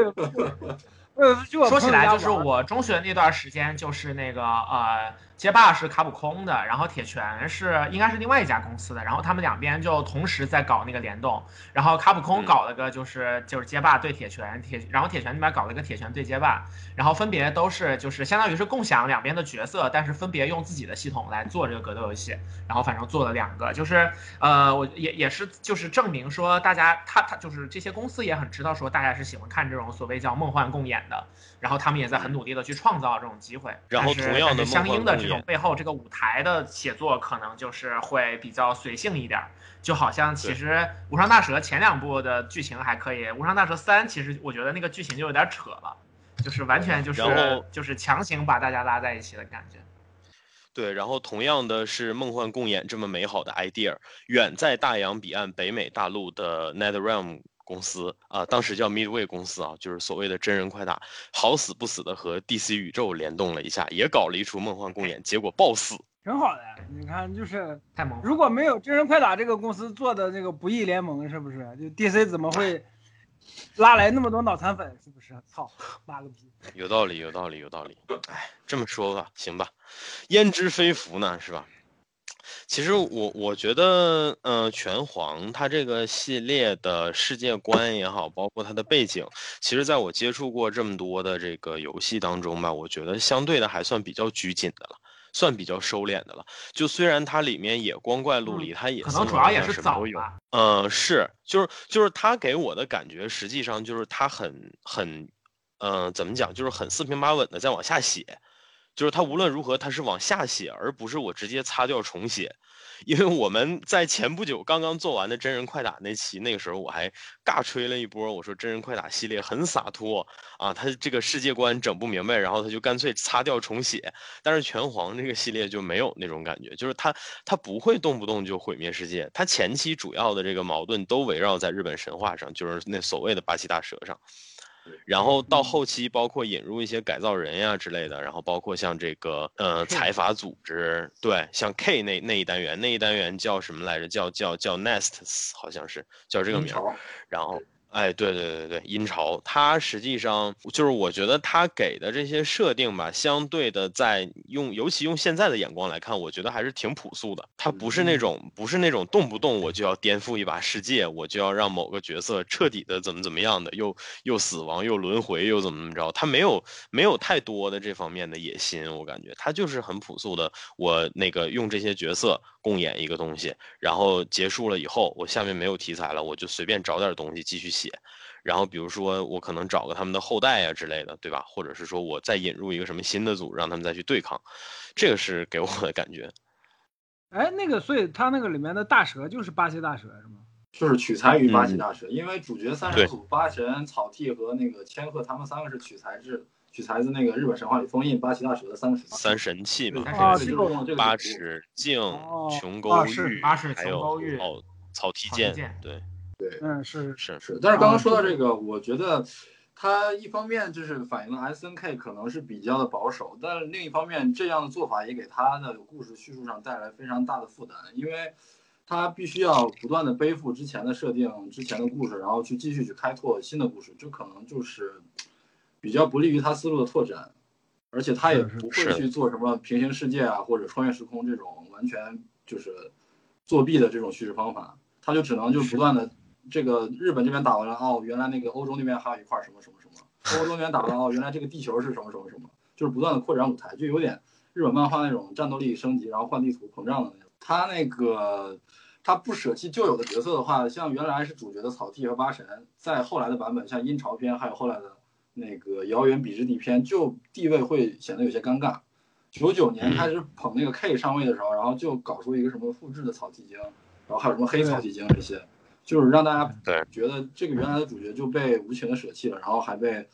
说起来就是我中学那段时间，就是那个街霸是卡普空的，然后铁拳是应该是另外一家公司的，然后他们两边就同时在搞那个联动，然后卡普空搞了个就是街霸对铁拳，然后铁拳那边搞了个铁拳对街霸，然后分别都是就是相当于是共享两边的角色，但是分别用自己的系统来做这个格斗游戏，然后反正做了2个，就是我也是就是证明说大家他就是这些公司也很知道说大家是喜欢看这种所谓叫梦幻共演的，然后他们也在很努力的去创造这种机会， 然后同样的相应的这种背后这个舞台的写作可能就是会比较随性一点，就好像其实《无双大蛇》前2部的剧情还可以，《无双大蛇3》其实我觉得那个剧情就有点扯了，就是完全就是强行把大家拉在一起的感觉。 对，然后同样的是梦幻共演这么美好的 idea， 远在大洋彼岸北美大陆的 NetherRealm 公司当时叫 Midway 公司就是所谓的真人快打，好死不死的和 DC 宇宙联动了一下，也搞了一出梦幻共演，结果爆死。 挺好的，你看就是太猛。 如果没有真人快打这个公司做的那个不义联盟，是不是就 DC 怎么会拉来那么多脑残粉？是不是？操，妈个逼！ 有道理。哎，这么说吧，行吧，焉知非福呢，是吧？其实我觉得，拳皇它这个系列的世界观也好，包括它的背景，其实在我接触过这么多的这个游戏当中吧，我觉得相对的还算比较拘谨的了，算比较收敛的了。就虽然它里面也光怪陆离，它也可能主要也是早吧。 是，就是它给我的感觉，实际上就是它很怎么讲，就是很四平八稳的在往下写。就是它无论如何它是往下写，而不是我直接擦掉重写。因为我们在前不久刚刚做完的真人快打那期，那个时候我还尬吹了一波，我说真人快打系列很洒脱他这个世界观整不明白，然后他就干脆擦掉重写。但是拳皇这个系列就没有那种感觉，就是他不会动不动就毁灭世界，他前期主要的这个矛盾都围绕在日本神话上，就是那所谓的八岐大蛇上。然后到后期包括引入一些改造人呀之类的，然后包括像这个财阀组织，对，像 K 那一单元叫什么来着？叫 Nests， 好像是叫这个名。然后哎，对，阴潮，它实际上就是我觉得它给的这些设定吧，相对的尤其用现在的眼光来看，我觉得还是挺朴素的。它不是那种动不动我就要颠覆一把世界，我就要让某个角色彻底的怎么样的，又死亡又轮回又怎么着，它没有太多的这方面的野心，我感觉它就是很朴素的，我那个用这些角色共演一个东西，然后结束了以后，我下面没有题材了，我就随便找点东西继续写。然后比如说我可能找个他们的后代之类的，对吧？或者是说我再引入一个什么新的组，让他们再去对抗，这个是给我的感觉。 哎，那个所以他那个里面的大蛇就是巴西大蛇是吗？ 就是取材于巴西大蛇，因为主角3人组八神、草剃和那个千鹤，他们3个是取材自那个日本神话里封印巴西大蛇的三神器嘛，八尺镜、琼勾玉，还有草剃剑，对。 是。 但是刚刚说到这个，我觉得它一方面就是反映了 SNK 可能是比较的保守，但是另一方面，这样的做法也给它的故事叙述上带来非常大的负担，因为它必须要不断的背负之前的设定、之前的故事，然后去继续去开拓新的故事，这可能就是比较不利于它思路的拓展，而且它也不会去做什么平行世界或者穿越时空这种完全就是作弊的这种叙事方法，它就只能就不断的。这个日本这边打完了原来那个欧洲那边还有一块什么什么什么，欧洲那边打完了原来这个地球是什么什么什么，就是不断的扩展舞台，就有点日本漫画那种战斗力升级然后换地图膨胀的那种。他不舍弃旧有的角色的话，像原来是主角的草剃和八神，在后来的版本像阴潮篇还有后来的那个遥远彼之地篇，就地位会显得有些尴尬。99年开始捧那个 K 上位的时候，然后就搞出一个什么复制的草剃精，然后还有什么黑草剃精这些，就是让大家觉得这个原来的主角就被无情的舍弃了，然后还被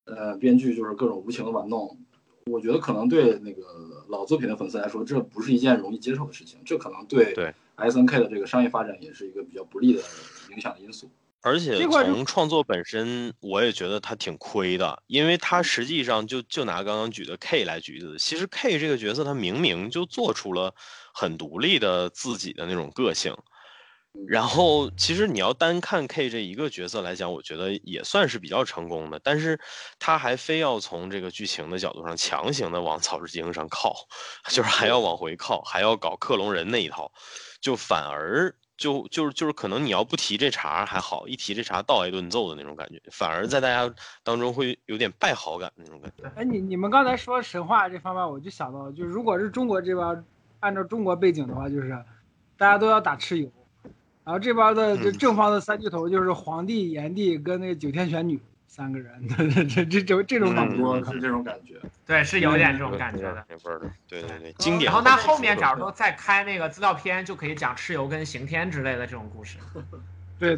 编剧就是各种无情的玩弄，我觉得可能对那个老作品的粉丝来说，这不是一件容易接受的事情，这可能对 SNK 的这个商业发展也是一个比较不利的影响的因素。 而且从创作本身，我也觉得他挺亏的，因为他实际上就拿刚刚举的 K 来举例子，其实 K 这个角色他明明就做出了很独立的自己的那种个性，然后其实你要单看 K 这一个角色来讲，我觉得也算是比较成功的，但是他还非要从这个剧情的角度上强行的往草之精上靠，就是还要往回靠，还要搞克隆人那一套，就反而就是可能你要不提这茬还好，一提这茬倒挨顿揍的那种感觉，反而在大家当中会有点败好感那种感觉。 哎，你们刚才说神话这方面，我就想到，就如果是中国这边按照中国背景的话，就是大家都要打蚩尤，然后这边的这正方的三巨头就是皇帝、炎帝跟那个九天玄女3个人，这种感觉是这种感觉， 对，是有点这种感觉的， 对，经典。 然后那后面假如说再开那个资料片，就可以讲蚩尤跟刑天之类的这种故事。 对，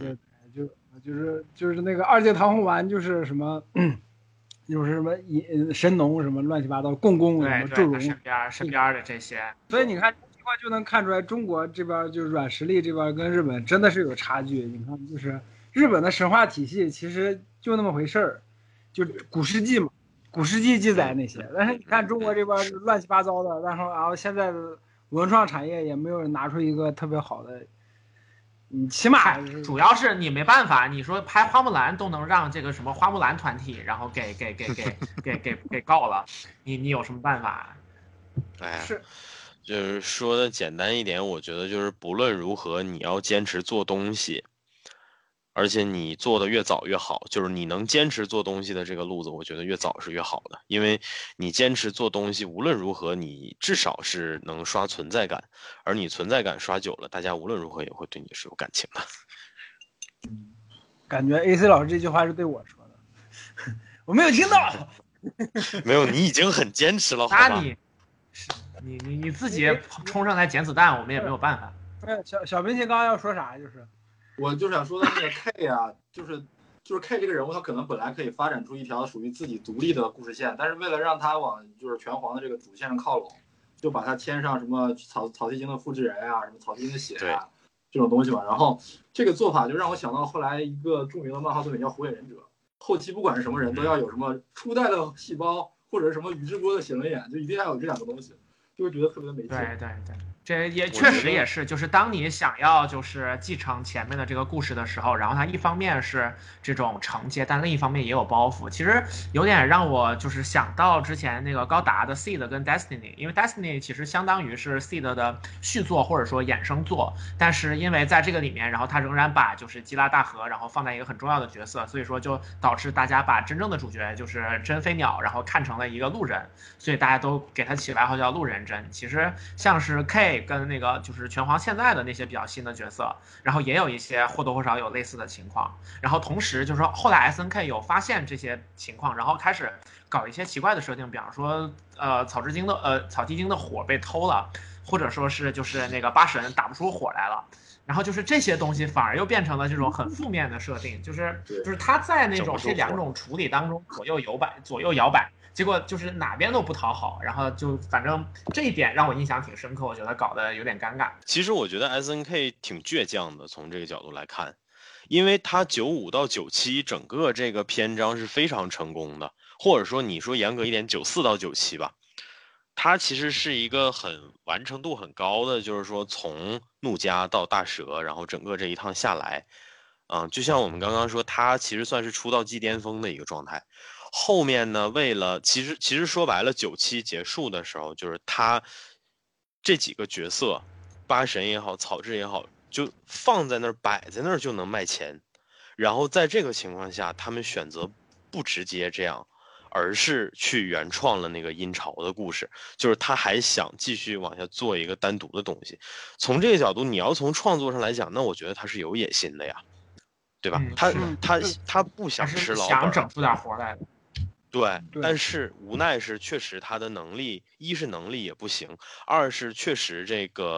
就是那个二阶堂红丸，就是什么，就是什么神农什么乱七八糟，共工什么祝融身边的这些。 所以你看这块就能看出来，中国这边就是软实力这边跟日本真的是有差距。你看，就是日本的神话体系其实就那么回事儿，就古世纪嘛，古世纪记载那些。但是你看中国这边乱七八糟的，然后现在的文创产业也没有人拿出一个特别好的。起码主要是你没办法，你说拍花木兰都能让这个什么花木兰团体，然后给告了，你有什么办法？ 哎， 是， 就是说的简单一点，我觉得就是不论如何，你要坚持做东西，而且你做的越早越好，就是你能坚持做东西的这个路子，我觉得越早是越好的，因为你坚持做东西，无论如何你至少是能刷存在感，而你存在感刷久了，大家无论如何也会对你是有感情的。 感觉 AC 老师这句话是对我说的，我没有听到。 没有，你已经很坚持了，好吧？你自己冲上来捡子弹，我们也没有办法。 小明星刚刚要说啥？ 我就想说的那个 K 啊，就是 K 这个人物，他可能本来可以发展出一条属于自己独立的故事线，但是为了让他往就是拳皇的这个主线上靠拢，就把他签上什么草剃精的复制人啊，什么草剃精的血啊这种东西嘛。然后这个做法就让我想到后来一个著名的漫画作品叫《火影忍者》，后期不管是什么人都要有什么初代的细胞或者什么宇智波的写轮眼，就一定要有这2个东西，就会觉得特别的没劲。 对。这也确实也是，就是当你想要就是继承前面的这个故事的时候，然后它一方面是这种承接，但另一方面也有包袱。其实有点让我就是想到之前那个高达的 Seed 跟 Destiny， 因为 Destiny 其实相当于是 Seed 的续作或者说衍生作，但是因为在这个里面，然后它仍然把就是基拉大河然后放在一个很重要的角色，所以说就导致大家把真正的主角就是真飞鸟，然后看成了一个路人，所以大家都给他起外号叫路人真。其实像是 K。跟那个就是拳皇现在的那些比较新的角色，然后也有一些或多或少有类似的情况，然后同时就是说后来 SNK 有发现这些情况，然后开始搞一些奇怪的设定，比方说草剃精的火被偷了，或者说是就是那个八神打不出火来了，然后就是这些东西反而又变成了这种很负面的设定，就是他在那种这2种处理当中左右摇摆。结果就是哪边都不讨好，然后就反正这一点让我印象挺深刻，我觉得搞得有点尴尬。 其实我觉得 SNK 挺倔强的，从这个角度来看，因为它95到97整个这个篇章是非常成功的，或者说你说严格一点94到97吧，它其实是一个很完成度很高的，就是说从怒加到大蛇，然后整个这一趟下来，就像我们刚刚说，它其实算是出道季巅峰的一个状态。后面呢，为了其实说白了，97结束的时候，就是他这几个角色，八神也好，草雉也好，就放在那儿摆在那儿就能卖钱。然后在这个情况下，他们选择不直接这样，而是去原创了那个阴潮的故事，就是他还想继续往下做一个单独的东西。从这个角度，你要从创作上来讲，那我觉得他是有野心的呀，对吧？他不想吃老本， 想整出点活来的。 对，但是无奈是确实他的能力，一是能力也不行，二是确实这个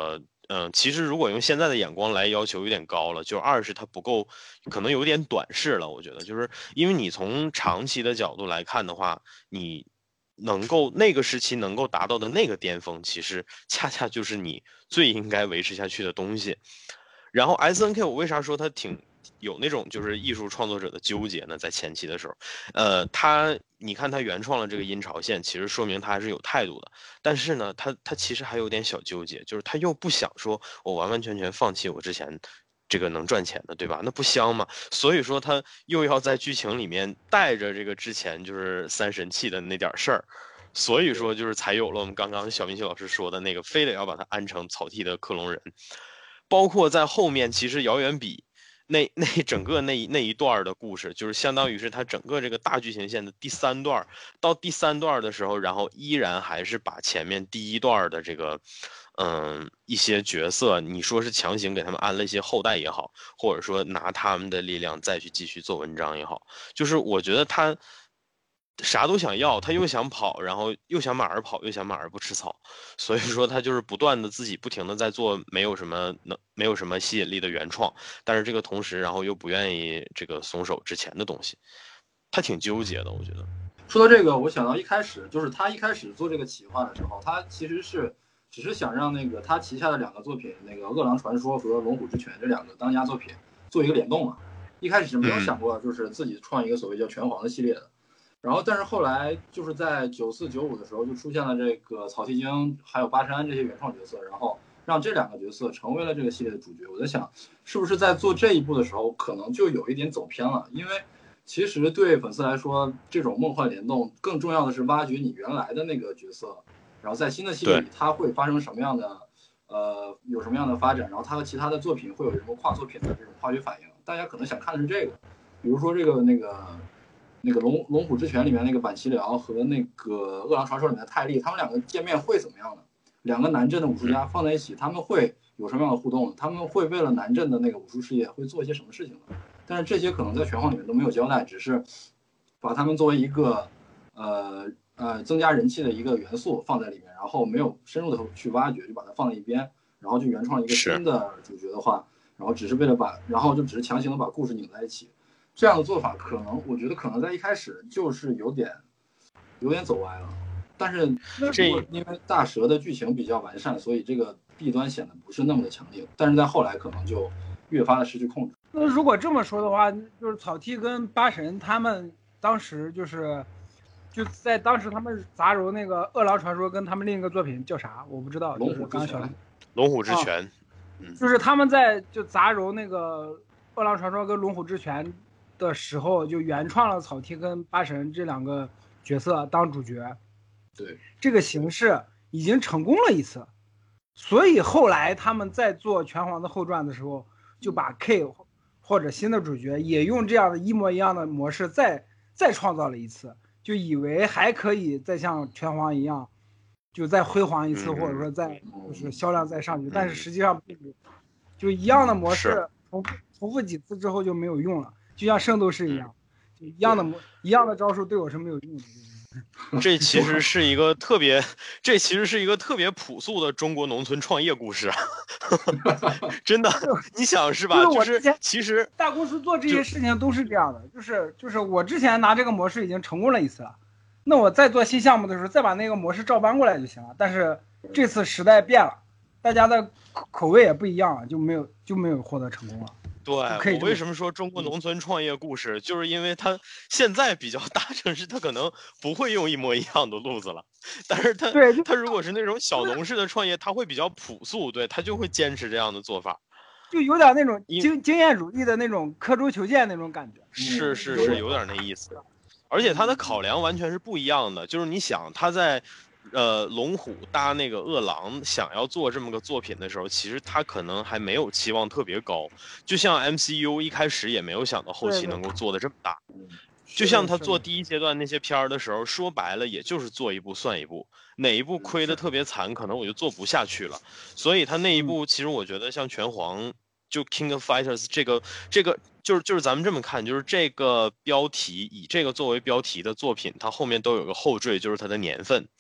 其实如果用现在的眼光来要求有点高了，就二是它不够，可能有点短视了。我觉得就是因为你从长期的角度来看的话，你能够那个时期能够达到的那个巅峰，其实恰恰就是你最应该维持下去的东西。然后 SNK 我为啥说它挺有那种就是艺术创作者的纠结呢？在前期的时候，你看他原创了这个阴潮线，其实说明他还是有态度的。但是呢，他其实还有点小纠结，就是他又不想说我完完全全放弃我之前这个能赚钱的，对吧？那不香嘛。所以说他又要在剧情里面带着这个之前就是三神器的那点事儿。所以说，就是才有了我们刚刚小明老师说的那个，非得要把它安成草剃的克隆人。包括在后面，其实遥远比那整个那一段的故事，就是相当于是他整个这个大剧情线的第3段。到第3段的时候，然后依然还是把前面第1段的这个，一些角色，你说是强行给他们安了一些后代也好，或者说拿他们的力量再去继续做文章也好，就是我觉得他啥都想要，他又想跑，然后又想马儿跑，又想马儿不吃草，所以说他就是不断的自己不停的在做没有什么吸引力的原创，但是这个同时然后又不愿意这个松手之前的东西，他挺纠结的，我觉得。 说到这个，我想到一开始就是他一开始做这个企划的时候，他其实只是想让那个他旗下的2个作品，那个《饿狼传说》和《龙虎之拳》这2个当家作品做一个联动嘛。一开始是没有想过就是自己创一个所谓叫拳皇的系列的。然后，但是后来就是在94、95的时候，就出现了这个草剃精还有巴山这些原创角色，然后让这2个角色成为了这个系列的主角。我在想，是不是在做这一步的时候，可能就有一点走偏了？因为其实对粉丝来说，这种梦幻联动更重要的是挖掘你原来的那个角色，然后在新的系列里它会发生什么样的，有什么样的发展，然后它和其他的作品会有什么跨作品的这种化学反应。大家可能想看的是这个，比如说那个龙虎之拳里面那个板崎辽和那个饿狼传说里面的泰利，他们2个见面会怎么样呢？2个南镇的武术家放在一起，他们会有什么样的互动？他们会为了南镇的那个武术事业会做一些什么事情呢？但是这些可能在拳皇里面都没有交代，只是把他们作为一个增加人气的一个元素放在里面，然后没有深入的去挖掘，就把它放在一边，然后就原创一个新的主角的话，然后只是为了然后就只是强行的把故事拧在一起。这样的做法我觉得可能在一开始就是有点走歪了，但是因为大蛇的剧情比较完善，所以这个弊端显得不是那么的强烈，但是在后来可能就越发的失去控制。 那如果这么说的话，就是草剃跟巴神他们当时就在当时他们杂糅那个饿狼传说跟他们另一个作品叫啥我不知道， 龙虎之拳， 就是他们在就杂糅那个饿狼传说跟龙虎之拳的时候，就原创了草剃跟巴神这2个角色当主角。 对， 这个形式已经成功了一次，所以后来他们在做拳皇的后传的时候，就把 K 或者新的主角也用这样的一模一样的模式再创造了一次，就以为还可以再像拳皇一样就再辉煌一次，或者说再就是销量再上去，但是实际上就一样的模式重复几次之后就没有用了，就像圣斗士一样，就一样的招数对我是没有用的。 这其实是一个特别朴素的中国农村创业故事啊，真的，你想是吧？就是其实大公司做这些事情都是这样的，就是我之前拿这个模式已经成功了一次了，那我再做新项目的时候再把那个模式照搬过来就行了。但是这次时代变了，大家的口味也不一样了，就没有获得成功了。 对，我为什么说中国农村创业故事，就是因为他现在比较大城市，他可能不会用一模一样的路子了，但是他如果是那种小农式的创业，他会比较朴素，对，他就会坚持这样的做法， 就有点那种经验主义的那种刻舟求剑那种感觉。 是有点那意思，而且他的考量完全是不一样的，就是你想他在龙虎搭那个饿狼想要做这么个作品的时候，其实他可能还没有期望特别高，就像 MCU 一开始也没有想到后期能够做的这么大，就像他做第1阶段那些片儿的时候，说白了也就是做一部算一部，哪一部亏的特别惨，可能我就做不下去了，所以他那一部其实我觉得像拳皇就 King of Fighters 这个就是咱们这么看，就是这个标题以这个作为标题的作品，它后面都有个后缀，就是它的年份。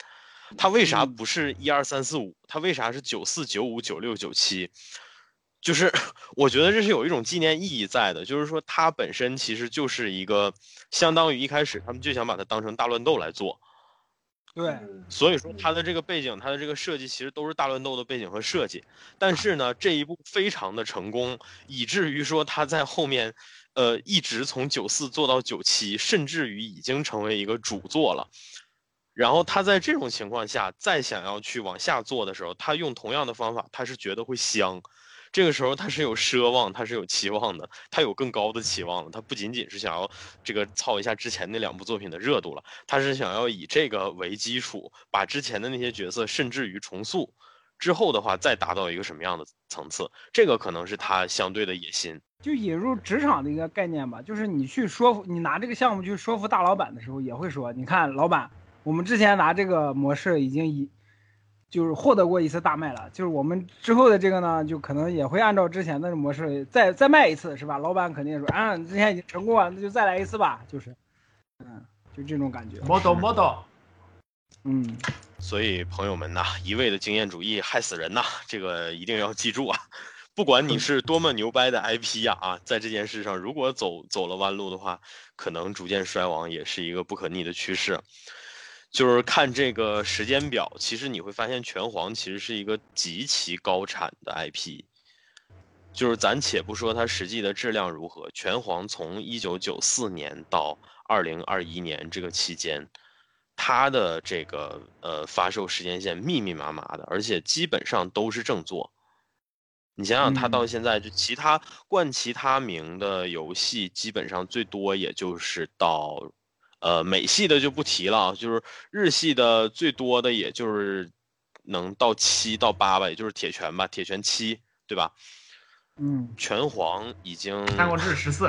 它为啥不是12345？它为啥是94、95、96、97？就是我觉得这是有一种纪念意义在的，就是说它本身其实就是一个相当于一开始他们就想把它当成大乱斗来做。 对， 所以说它的这个背景，它的这个设计其实都是大乱斗的背景和设计，但是呢，这一部非常的成功，以至于说它在后面，一直从94做到97，甚至于已经成为一个主作了。然后他在这种情况下，再想要去往下做的时候，他用同样的方法，他是觉得会香。这个时候他是有奢望，他是有期望的，他有更高的期望了。他不仅仅是想要这个操一下之前那2部作品的热度了，他是想要以这个为基础，把之前的那些角色甚至于重塑之后的话，再达到一个什么样的层次，这个可能是他相对的野心。 就引入职场的一个概念吧，就是你去说服，你拿这个项目去说服大老板的时候，也会说，你看老板，我们之前拿这个模式已经就是获得过一次大卖了，就是我们之后的这个呢，就可能也会按照之前的模式再卖一次，是吧？老板肯定说啊，之前已经成功了，那就再来一次吧，就是，就这种感觉。 model， 所以朋友们呐，一味的经验主义害死人呐，这个一定要记住啊！不管你是多么牛掰的 IP 呀，在这件事上，如果走了弯路的话，可能逐渐衰亡也是一个不可逆的趋势。就是看这个时间表，其实你会发现拳皇其实是一个极其高产的 IP。就是咱且不说它实际的质量如何，拳皇从1994年到2021年这个期间，它的这个发售时间线密密麻麻的，而且基本上都是正作。你想想，它到现在就冠其他名的游戏，基本上最多也就是到。美系的就不提了，就是日系的最多的也就是能到7到8吧，也就是铁拳吧，铁拳7，对吧？拳皇已经三国志14、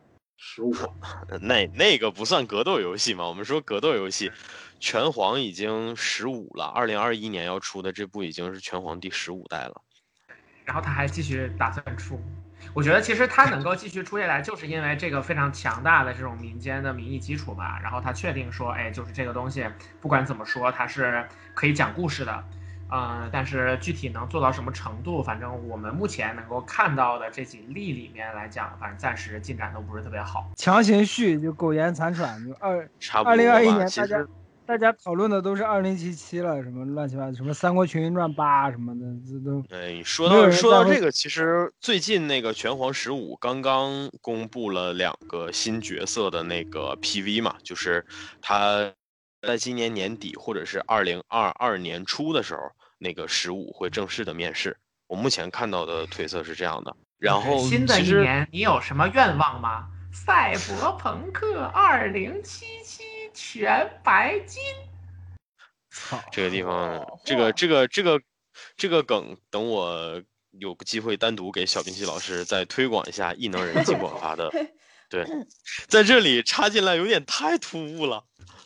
15， 那个不算格斗游戏嘛？我们说格斗游戏，拳皇已经15了，2021年要出的这部已经是拳皇第15代了。 然后他还继续打算出。我觉得其实他能够继续出下来，就是因为这个非常强大的这种民间的民意基础吧。然后他确定说，哎，就是这个东西，不管怎么说，它是可以讲故事的，但是具体能做到什么程度，反正我们目前能够看到的这几例里面来讲，反正暂时进展都不是特别好。 强行续就苟延残喘，就2021年大家讨论的都是2077了，什么乱七八糟，什么《三国群英传8》什么的，这都。 说到这个，其实最近那个拳皇15刚刚公布了2个新角色的那个 PV 嘛，就是他在今年年底或者是2022年初的时候，那个15会正式的面世。我目前看到的推测是这样的。然后新的一年你有什么愿望吗？赛博朋克2077全白金。 这个地方，这个梗，等我有个机会单独给小兵器老师再推广一下异能人金广发的。对，在这里插进来有点太突兀了。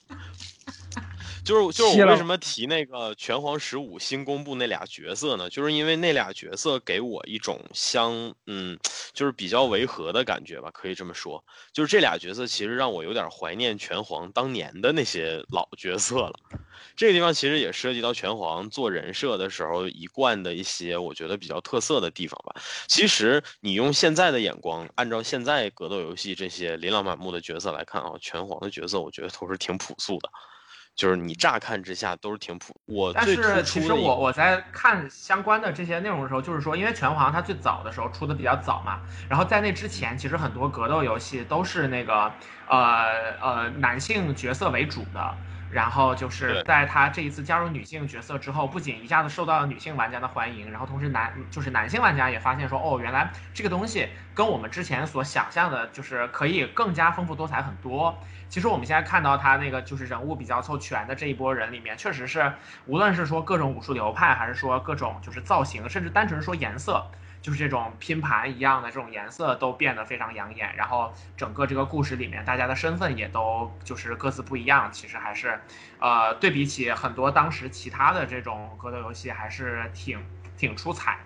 就是我为什么提那个拳皇15新公布那俩角色呢？就是因为那俩角色给我一种就是比较违和的感觉吧，可以这么说。就是这俩角色其实让我有点怀念拳皇当年的那些老角色了。这个地方其实也涉及到拳皇做人设的时候一贯的一些我觉得比较特色的地方吧。其实你用现在的眼光，按照现在格斗游戏这些琳琅满目的角色来看啊，拳皇的角色我觉得都是挺朴素的。就是你乍看之下都是挺朴。 但是其实我在看相关的这些内容的时候，就是说，因为拳皇它最早的时候出的比较早嘛，然后在那之前，其实很多格斗游戏都是那个男性角色为主的。然后就是在他这一次加入女性角色之后，不仅一下子受到了女性玩家的欢迎，然后同时男性玩家也发现说，哦，原来这个东西跟我们之前所想象的，就是可以更加丰富多彩很多。其实我们现在看到他那个就是人物比较凑全的这一波人里面，确实是无论是说各种武术流派，还是说各种就是造型，甚至单纯说颜色，就是这种拼盘一样的这种颜色都变得非常养眼，然后整个这个故事里面大家的身份也都就是各自不一样，其实还是对比起很多当时其他的这种格斗游戏还是挺出彩的。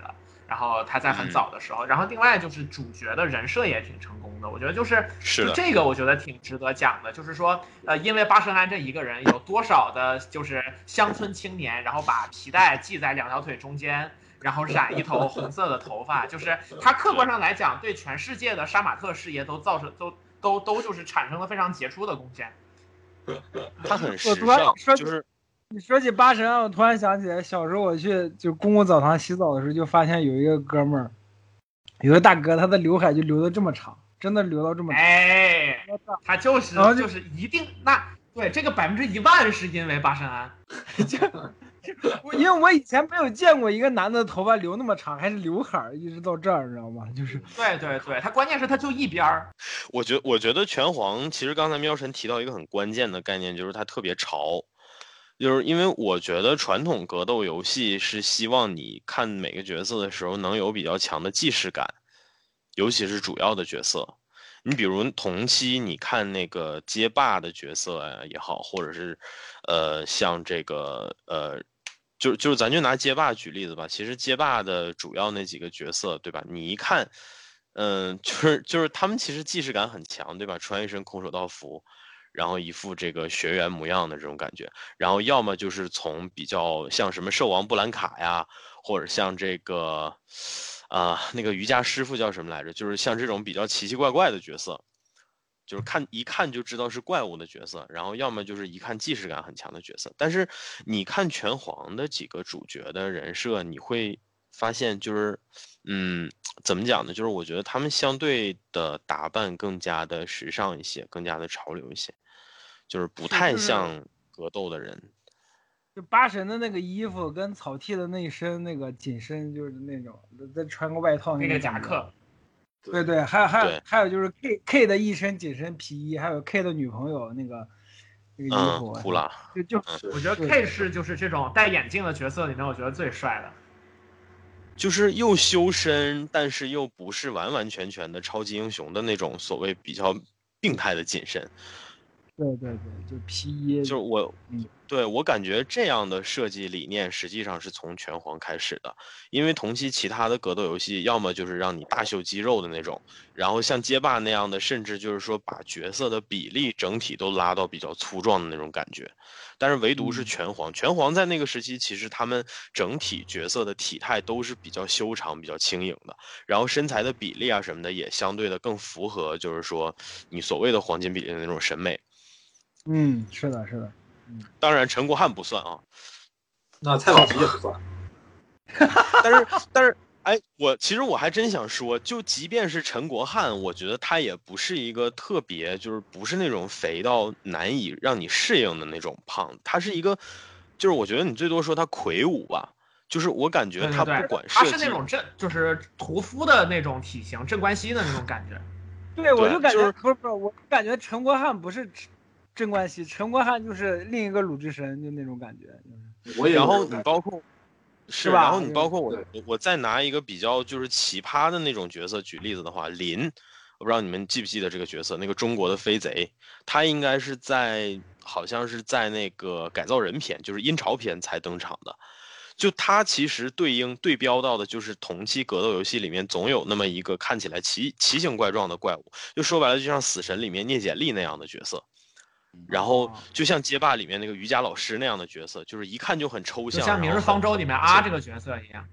然后他在很早的时候，然后另外就是主角的人设也挺成功的，我觉得就这个我觉得挺值得讲的，就是说因为巴神安这一个人有多少的就是乡村青年，然后把皮带系在2条腿中间，然后染一头红色的头发，就是他客观上来讲对全世界的杀马特事业都造成都就是产生了非常杰出的贡献。 他很时尚，就是你说起巴神，我突然想起来，小时候我去就公共澡堂洗澡的时候，就发现有一个哥们儿，有个大哥，他的刘海就留得这么长，真的留到这么长。 哎，他就是一定对这个100%是因为巴神安。 因为我以前没有见过一个男的头发留那么长，还是刘海一直到这儿，你知道吗？就是对，他关键是他就一边儿。 我觉得拳皇其实刚才喵神提到一个很关键的概念，就是他特别潮。就是因为我觉得传统格斗游戏是希望你看每个角色的时候能有比较强的既视感，尤其是主要的角色。你比如同期你看那个街霸的角色呀也好，或者是像这个就是咱就拿街霸举例子吧。其实街霸的主要那几个角色，对吧？你一看，就是他们其实既视感很强，对吧？穿一身空手道服。然后一副这个学员模样的这种感觉，然后要么就是从比较像什么兽王布兰卡呀，或者像这个那个瑜伽师傅叫什么来着，就是像这种比较奇奇怪怪的角色，就是一看就知道是怪物的角色，然后要么就是一看既视感很强的角色。但是你看拳皇的几个主角的人设，你会发现就是怎么讲呢，就是我觉得他们相对的打扮更加的时尚一些，更加的潮流一些，就是不太像格斗的人。 就巴神的那个衣服跟草剃的那一身那个紧身，就是那种再穿个外套那个夹克。 对，还有就是 K 的一身紧身皮衣，还有 K 的女朋友那个衣服。 呼啦。 我觉得 K 是就是这种戴眼镜的角色里面，我觉得最帅的。 就是又修身，但是又不是完完全全的超级英雄的那种所谓比较病态的紧身。 对，就皮衣。 就是我感觉这样的设计理念实际上是从拳皇开始的，因为同期其他的格斗游戏要么就是让你大秀肌肉的那种，然后像街霸那样的，甚至就是说把角色的比例整体都拉到比较粗壮的那种感觉。但是唯独是拳皇在那个时期，其实他们整体角色的体态都是比较修长、比较轻盈的，然后身材的比例啊什么的也相对的更符合，就是说你所谓的黄金比例的那种审美。 是的。 当然陈国汉不算啊， 那蔡老吉也不算。 但是，哎，其实我还真想说，就即便是陈国汉，我觉得他也不是一个特别，就是不是那种肥到难以让你适应的那种胖，他是一个，就是我觉得你最多说他魁梧吧，就是我感觉他不管设计， 他是那种就是屠夫的那种体型，镇关西的那种感觉。 对，我就感觉不是，我感觉陈国汉不是镇关西，陈国汉就是另一个鲁智深，就那种感觉。 然后你包括是吧？ 然后你包括我再拿一个比较就是奇葩的那种角色举例子的话，林，我不知道你们记不记得这个角色，那个中国的飞贼，他应该是好像是在那个改造人篇，就是阴潮篇才登场的。就他其实对标到的就是同期格斗游戏里面总有那么一个看起来奇形怪状的怪物，就说白了就像死神里面聂简历那样的角色。然后就像街霸里面那个瑜伽老师那样的角色，就是一看就很抽象， 就像《明日方舟》里面这个角色一样。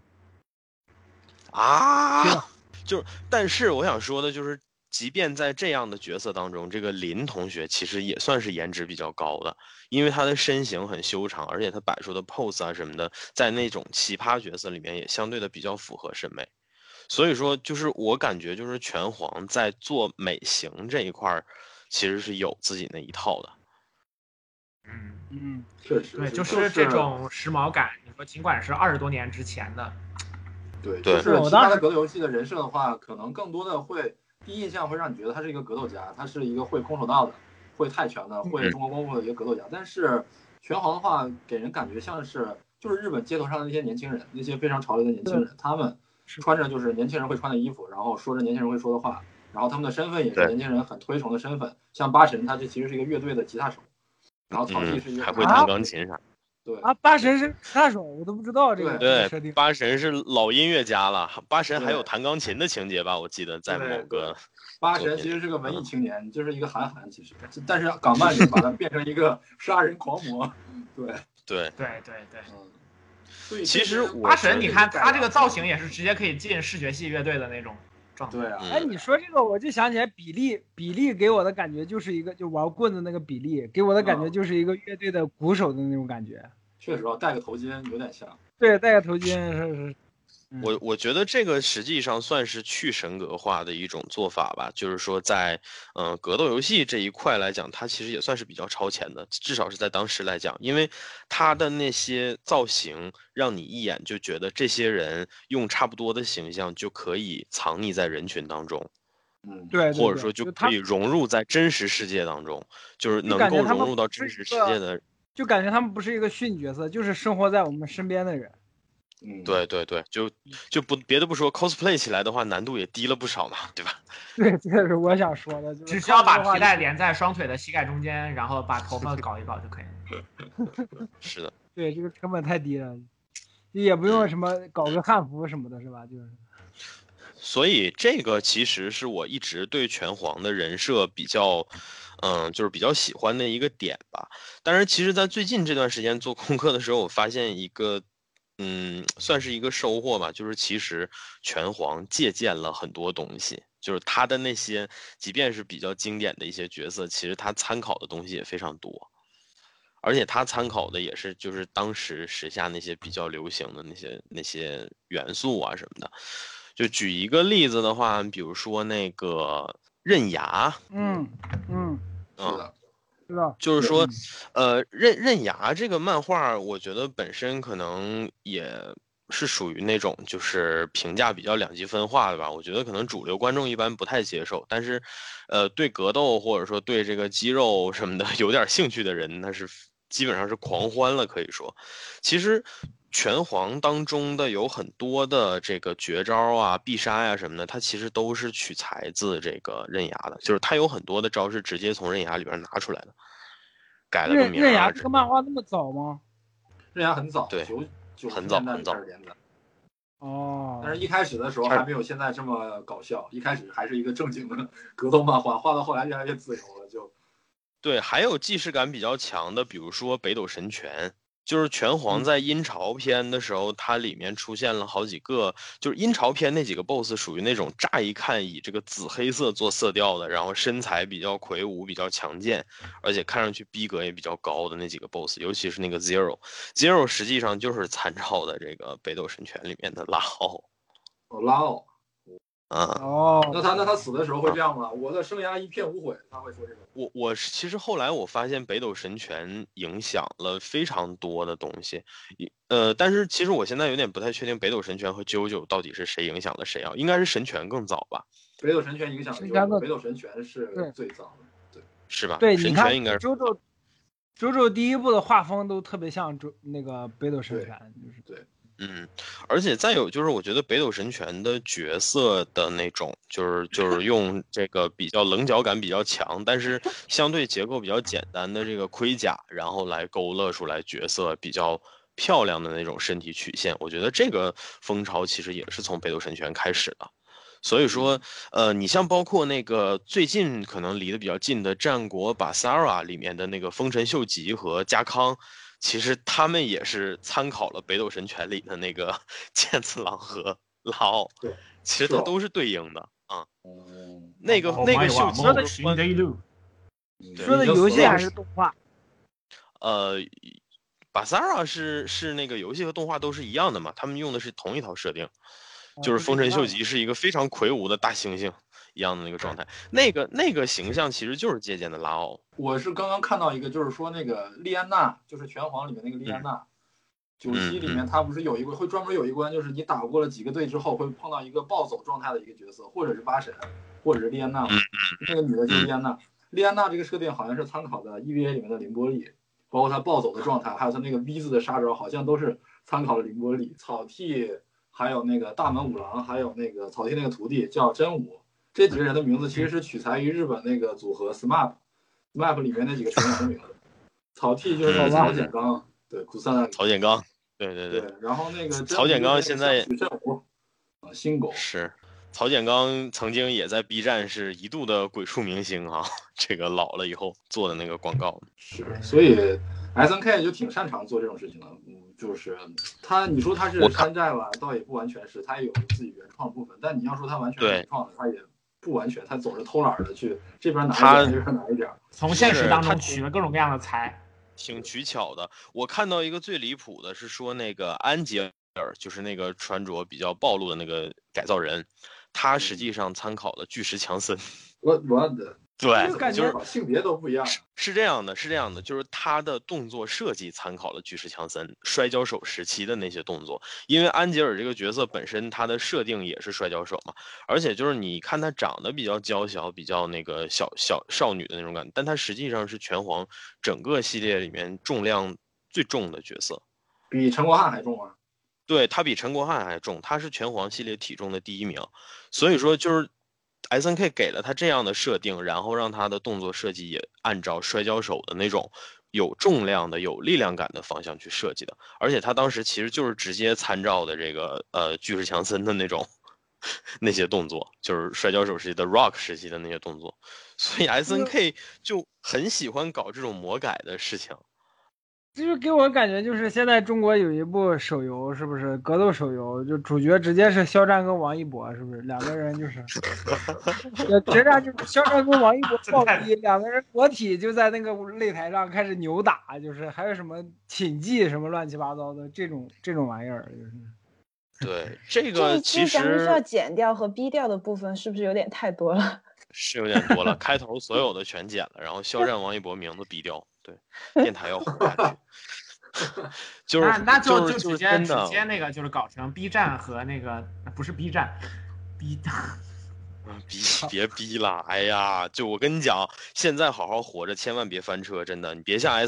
但是我想说的就是，即便在这样的角色当中，这个林同学其实也算是颜值比较高的，因为他的身形很修长，而且他摆出的 pose 啊什么的，在那种奇葩角色里面也相对的比较符合审美。所以说，就是我感觉就是拳皇在做美型这一块其实是有自己那一套的。 确实， 对，就是这种时髦感。你说，尽管是20多年之前的， 对，就是其他的格斗游戏的人设的话，可能更多的会第一印象会让你觉得他是一个格斗家，他是一个会空手道的、会泰拳的、会中国功夫的一个格斗家。但是拳皇的话，给人感觉像是就是日本街头上的那些年轻人，那些非常潮流的年轻人，他们穿着就是年轻人会穿的衣服，然后说着年轻人会说的话，然后他们的身份也是年轻人很推崇的身份。像八神，他这其实是一个乐队的吉他手。然后草剃是一个还会弹钢琴啥？ 对啊，八神是吉他手，我都不知道这个设定。 对，八神是老音乐家了，八神还有弹钢琴的情节吧？我记得在某个。 八神其实是个文艺青年，就是一个韩寒，其实，但是港漫里把他变成一个杀人狂魔。对。 其实八神，你看他这个造型也是直接可以进视觉系乐队的那种状态。 对啊。 哎，你说这个我就想起来比利给我的感觉就是一个就玩棍子那个比利给我的感觉就是一个乐队的鼓手的那种感觉。 确实戴个头巾有点像。 对，戴个头巾是。 我觉得这个实际上算是去神格化的一种做法吧，就是说在格斗游戏这一块来讲，它其实也算是比较超前的，至少是在当时来讲，因为它的那些造型让你一眼就觉得这些人用差不多的形象就可以藏匿在人群当中， 对， 或者说就可以融入在真实世界当中，就是能够融入到真实世界的， 就感觉他们不是一个虚拟角色，就是生活在我们身边的人。 对，就别的不说 ，cosplay 起来的话难度也低了不少嘛，对吧？ 对，这个是我想说的， 只需要把皮带连在双腿的膝盖中间，然后把头发搞一搞就可以了。 是的。 对，这个成本太低了，也不用什么搞个汉服什么的，是吧？就是。 所以这个其实是我一直对拳皇的人设比较，就是比较喜欢的一个点吧。但是其实，在最近这段时间做功课的时候，我发现一个。算是一个收获吧，就是其实拳皇借鉴了很多东西，就是他的那些，即便是比较经典的一些角色，其实他参考的东西也非常多，而且他参考的也是就是当时时下那些比较流行的那些元素啊什么的。就举一个例子的话，比如说那个刃牙， 是的。 就是说，刃牙这个漫画，我觉得本身可能也是属于那种就是评价比较两极分化的吧。我觉得可能主流观众一般不太接受，但是，对格斗或者说对这个肌肉什么的有点兴趣的人，那是基本上是狂欢了。可以说，其实拳皇当中的有很多的这个绝招啊、必杀呀什么的，它其实都是取材自这个刃牙的，就是它有很多的招是直接从刃牙里边拿出来的，改了个名。 刃牙这个漫画那么早吗？ 刃牙很早， 对 ，90 很早年代连载。 哦。 但是一开始的时候还没有现在这么搞笑，一开始还是一个正经的格斗漫画，画到后来越来越自由了就。 对，还有既视感比较强的，比如说北斗神拳。就是拳皇在阴潮篇的时候，它里面出现了好几个，就是阴潮篇那几个 BOSS 属于那种乍一看以这个紫黑色做色调的，然后身材比较魁梧、比较强健，而且看上去逼格也比较高的那几个 BOSS， 尤其是那个 Zero 实际上就是参照的这个北斗神拳里面的拉奥。 拉奥。那那他死的时候会这样吗？我的生涯一片无悔，他会说这个。 我其实后来我发现北斗神拳影响了非常多的东西，但是其实我现在有点不太确定北斗神拳和JoJo到底是谁影响了谁啊？应该是神拳更早吧？ 北斗神拳影响了JoJo，北斗神拳是最早的，对， 是吧？ 对， 神拳应该是 JoJo第一部的画风都特别像那个北斗神拳，就是对。 而且再有就是，我觉得北斗神拳的角色的那种，就是用这个比较棱角感比较强，但是相对结构比较简单的这个盔甲，然后来勾勒出来角色比较漂亮的那种身体曲线。我觉得这个风潮其实也是从北斗神拳开始的。所以说，你像包括那个最近可能离得比较近的战国巴萨拉里面的那个丰臣秀吉和家康。其实他们也是参考了北斗神拳里的那个剑次郎和拉奥， 对， 其实它都是对应的啊。那个秀吉说的游戏还是动画？ 巴萨拉是那个游戏和动画都是一样的嘛，他们用的是同一套设定，就是丰臣秀吉是一个非常魁梧的大猩猩一样的那个状态，那个形象其实就是借鉴的拉奥。 我是刚刚看到一个，就是说那个莉安娜，就是拳皇里面那个莉安娜，97里面她不是有一关会专门有一关，就是你打过了几个队之后会碰到一个暴走状态的一个角色，或者是八神，或者是莉安娜，那个女的就是莉安娜。莉安娜这个设定好像是参考的 EVA 里面的凌波丽，包括她暴走的状态，还有她那个 V 字的杀招，好像都是参考了凌波丽。草剃还有那个大门五郎，还有那个草剃那个徒弟叫真武。这几个人的名字其实是取材于日本那个组合 SMAP 里面那几个成员的名字。草剃就是那个草剪刚， 对，古三曹建刚，对对对，然后那个曹建刚现在许振武新狗是。曹建刚曾经也在 B 站是一度的鬼畜明星啊，这个老了以后做的那个广告是，所以 SNK 就挺擅长做这种事情的，就是他，你说他是山寨吧，倒也不完全是，他也有自己原创部分，但你要说他完全原创的，他也不完全，他总是偷懒的去这边拿一点，这边拿一点， 从现实当中取了各种各样的材， 挺取巧的。我看到一个最离谱的是说那个安吉尔，就是那个穿着比较暴露的那个改造人。他实际上参考了巨石强森， 我的对， 感觉性别都不一样。 是这样的，就是他的动作设计参考了巨石强森摔跤手时期的那些动作，因为安吉尔这个角色本身他的设定也是摔跤手嘛，而且就是你看他长得比较娇小，比较那个小少女的那种感觉，但他实际上是拳皇整个系列里面重量最重的角色， 比陈国汉还重啊。 对，他比陈国汉还重，他是拳皇系列体重的第1名，所以说就是 SNK 给了他这样的设定，然后让他的动作设计也按照摔跤手的那种有重量的、有力量感的方向去设计的，而且他当时其实就是直接参照的这个巨石强森的那种那些动作，就是摔跤手时期的 Rock 时期的那些动作，所以 SNK 就很喜欢搞这种魔改的事情。 就是给我感觉，就是现在中国有一部手游，是不是格斗手游？就主角直接是肖战跟王一博，是不是两个人就是决战，就是肖战跟王一博暴击，两个人裸体就在那个擂台上开始扭打，就是还有什么寝技什么乱七八糟的这种玩意儿，就是。 对，这个其实咱们需要剪掉和逼掉的部分是不是有点太多了？ 是有点多了，开头所有的全剪了，然后肖战、王一博名字逼掉。对，电台要活下去，就是那就直接那个就是搞成 B 站和那个不是 B 站 ，B 别逼了，哎呀，就我跟你讲，现在好好活着，千万别翻车，真的，你别像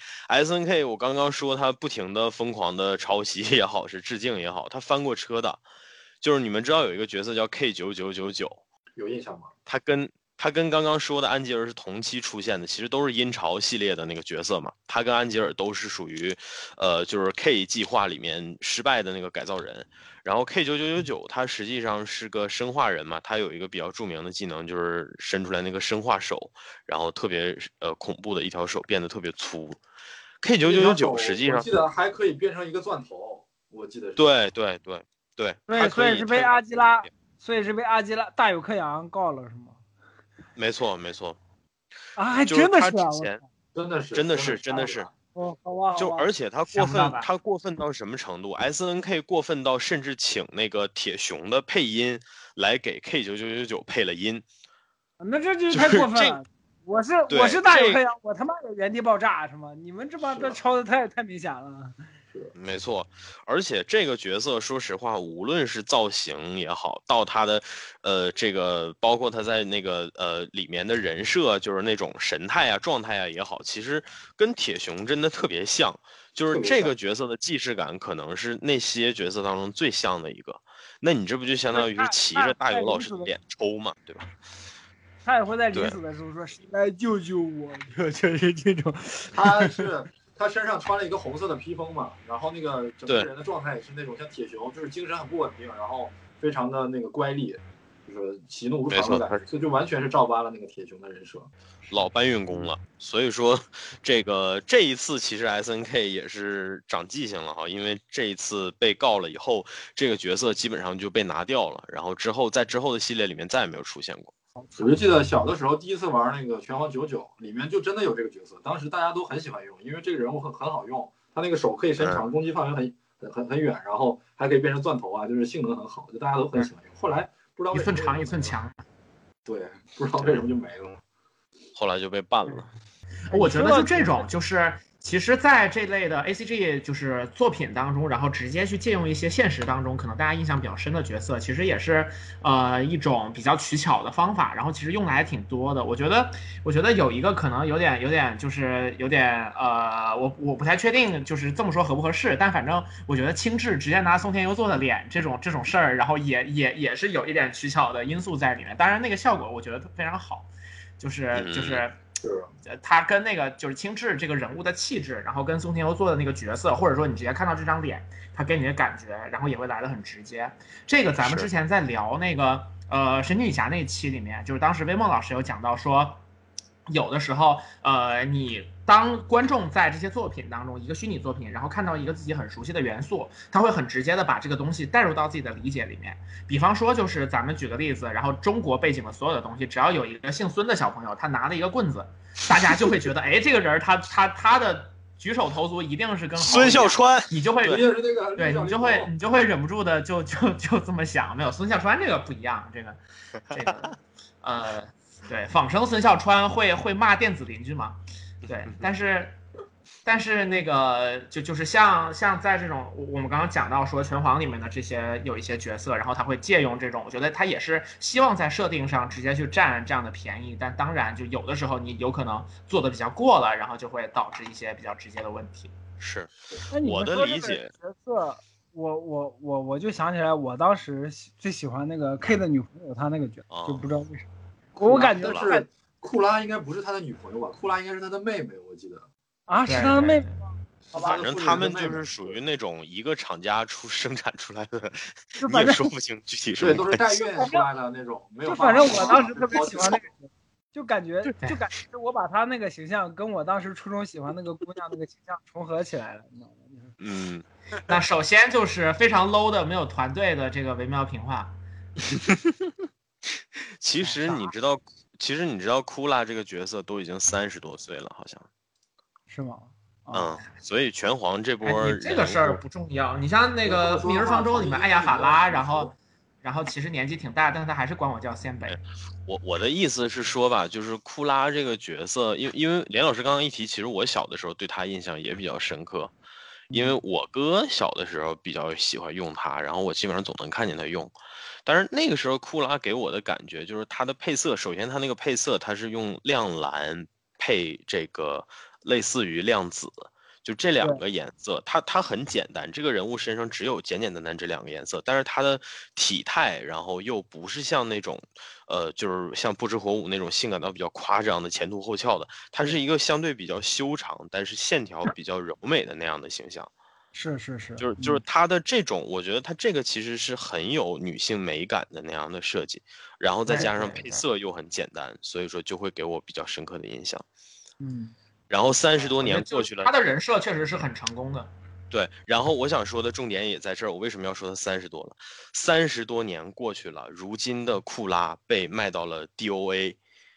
SNK，我刚刚说他不停的疯狂的抄袭也好，是致敬也好，他翻过车的，就是你们知道有一个角色叫 K9999， 有印象吗？ 他跟刚刚说的安吉尔是同期出现的，其实都是阴潮系列的那个角色嘛。他跟安吉尔都是属于，就是 K 计划里面失败的那个改造人。然后 K9999他实际上是个生化人嘛，他有一个比较著名的技能就是伸出来那个生化手，然后特别恐怖的一条手变得特别粗。K9999实际上我记得还可以变成一个钻头，我记得是。 对， 所以是被阿基拉，大有克洋告了是吗？ 没错啊，还真的是啊， 真的是哦，好吧， 就而且他过分到什么程度 ？SNK 过分到甚至请那个铁熊的配音来给 K9999配了音， 那这就太过分了。我是大有克洋，我他妈有原地爆炸是吗？你们这帮这抄的太明显了。 没错，而且这个角色说实话，无论是造型也好，到他的这个包括他在那个里面的人设，就是那种神态啊、状态啊也好，其实跟铁熊真的特别像。就是这个角色的既视感，可能是那些角色当中最像的一个。那你这不就相当于是骑着大有老师的脸抽嘛，对吧？ 他也会在临死的时候说：“谁来救救我？”就是这种。 他身上穿了一个红色的披风嘛，然后那个整个人的状态也是那种像铁熊，就是精神很不稳定，然后非常的那个乖戾，就是喜怒无常的感觉，所以就完全是照搬了那个铁熊的人设。 老搬运工了，所以说这一次其实 SNK 也是长记性了哈，因为这一次被告了以后，这个角色基本上就被拿掉了，然后在之后的系列里面再也没有出现过。 我就记得小的时候第一次玩那个拳皇99里面就真的有这个角色，当时大家都很喜欢用，因为这个人物很好用，他那个手可以伸长，攻击范围很远，然后还可以变成钻头啊，就是性能很好，就大家都很喜欢用。后来不知道为什么一寸长一寸强， 对，不知道为什么就没了， 后来就被办了。 我觉得就这种就是其实在这类的 ACG 就是作品当中，然后直接去借用一些现实当中可能大家印象比较深的角色，其实也是一种比较取巧的方法，然后其实用的还挺多的。我觉得有一个可能有点就是有点我不太确定就是这么说合不合适，但反正我觉得轻质直接拿松田优作的脸这种事儿，然后也是有一点取巧的因素在里面，当然那个效果我觉得非常好，就是他跟那个就是青雉这个人物的气质，然后跟松田优做的那个角色，或者说你直接看到这张脸，他给你的感觉，然后也会来得很直接。这个咱们之前在聊那个神奇女侠那期里面，就是当时威梦老师有讲到说，有的时候你当观众在这些作品当中，一个虚拟作品，然后看到一个自己很熟悉的元素，他会很直接的把这个东西带入到自己的理解里面。比方说，就是咱们举个例子，然后中国背景的所有的东西，只要有一个姓孙的小朋友，他拿了一个棍子，大家就会觉得，哎，这个人他的举手投足一定是跟孙笑川， 你就会对你就会忍不住的就这么想。没有，孙笑川这个不一样，这个对，仿生孙笑川会骂电子邻居嘛？对，但是那个就是像在这种我们刚刚讲到说拳皇里面的这些有一些角色，然后他会借用这种，我觉得他也是希望在设定上直接去占这样的便宜，但当然就有的时候你有可能做的比较过了，然后就会导致一些比较直接的问题。 是我的理解。 角色，我就想起来，我当时最喜欢那个 K 的女朋友，她那个角色，就不知道为什么。我感觉是库拉应该不是他的女朋友吧？库拉应该是他的妹妹，我记得。 啊，是他的妹妹吗？好吧， 反正他们就是属于那种一个厂家生产出来的，你也说不清具体是。 对，都是代孕出来的那种，没有。 就反正我当时特别喜欢那个，就感觉我把他那个形象跟我当时初中喜欢那个姑娘那个形象重合起来了，你知道吗？ 那首先就是非常 low 的没有团队的这个惟妙评话。 其实你知道库拉这个角色都已经30多岁了，好像是吗？ 所以拳皇这波这个事儿不重要。你像那个《明日方舟》里面艾雅法拉，然后其实年纪挺大，但是他还是管我叫仙北。 我的意思是说吧，就是库拉这个角色，因为连老师刚刚一提，其实我小的时候对他印象也比较深刻，因为我哥小的时候比较喜欢用他，然后我基本上总能看见他用。但是那个时候库拉给我的感觉就是它的配色，首先它那个配色它是用亮蓝配这个类似于亮紫，就这两个颜色，它很简单，这个人物身上只有简简单单这两个颜色，但是它的体态，然后又不是像那种就是像不知火舞那种性感到比较夸张的前凸后翘的，它是一个相对比较修长，但是线条比较柔美的那样的形象。 是， 就是他的这种，我觉得他这个其实是很有女性美感的那样的设计，然后再加上配色又很简单，所以说就会给我比较深刻的印象。然后30多年过去了， 他的人设确实是很成功的。 对，然后我想说的重点也在这儿，我为什么要说他30多了？30多年过去了，如今的库拉被卖到了 DOA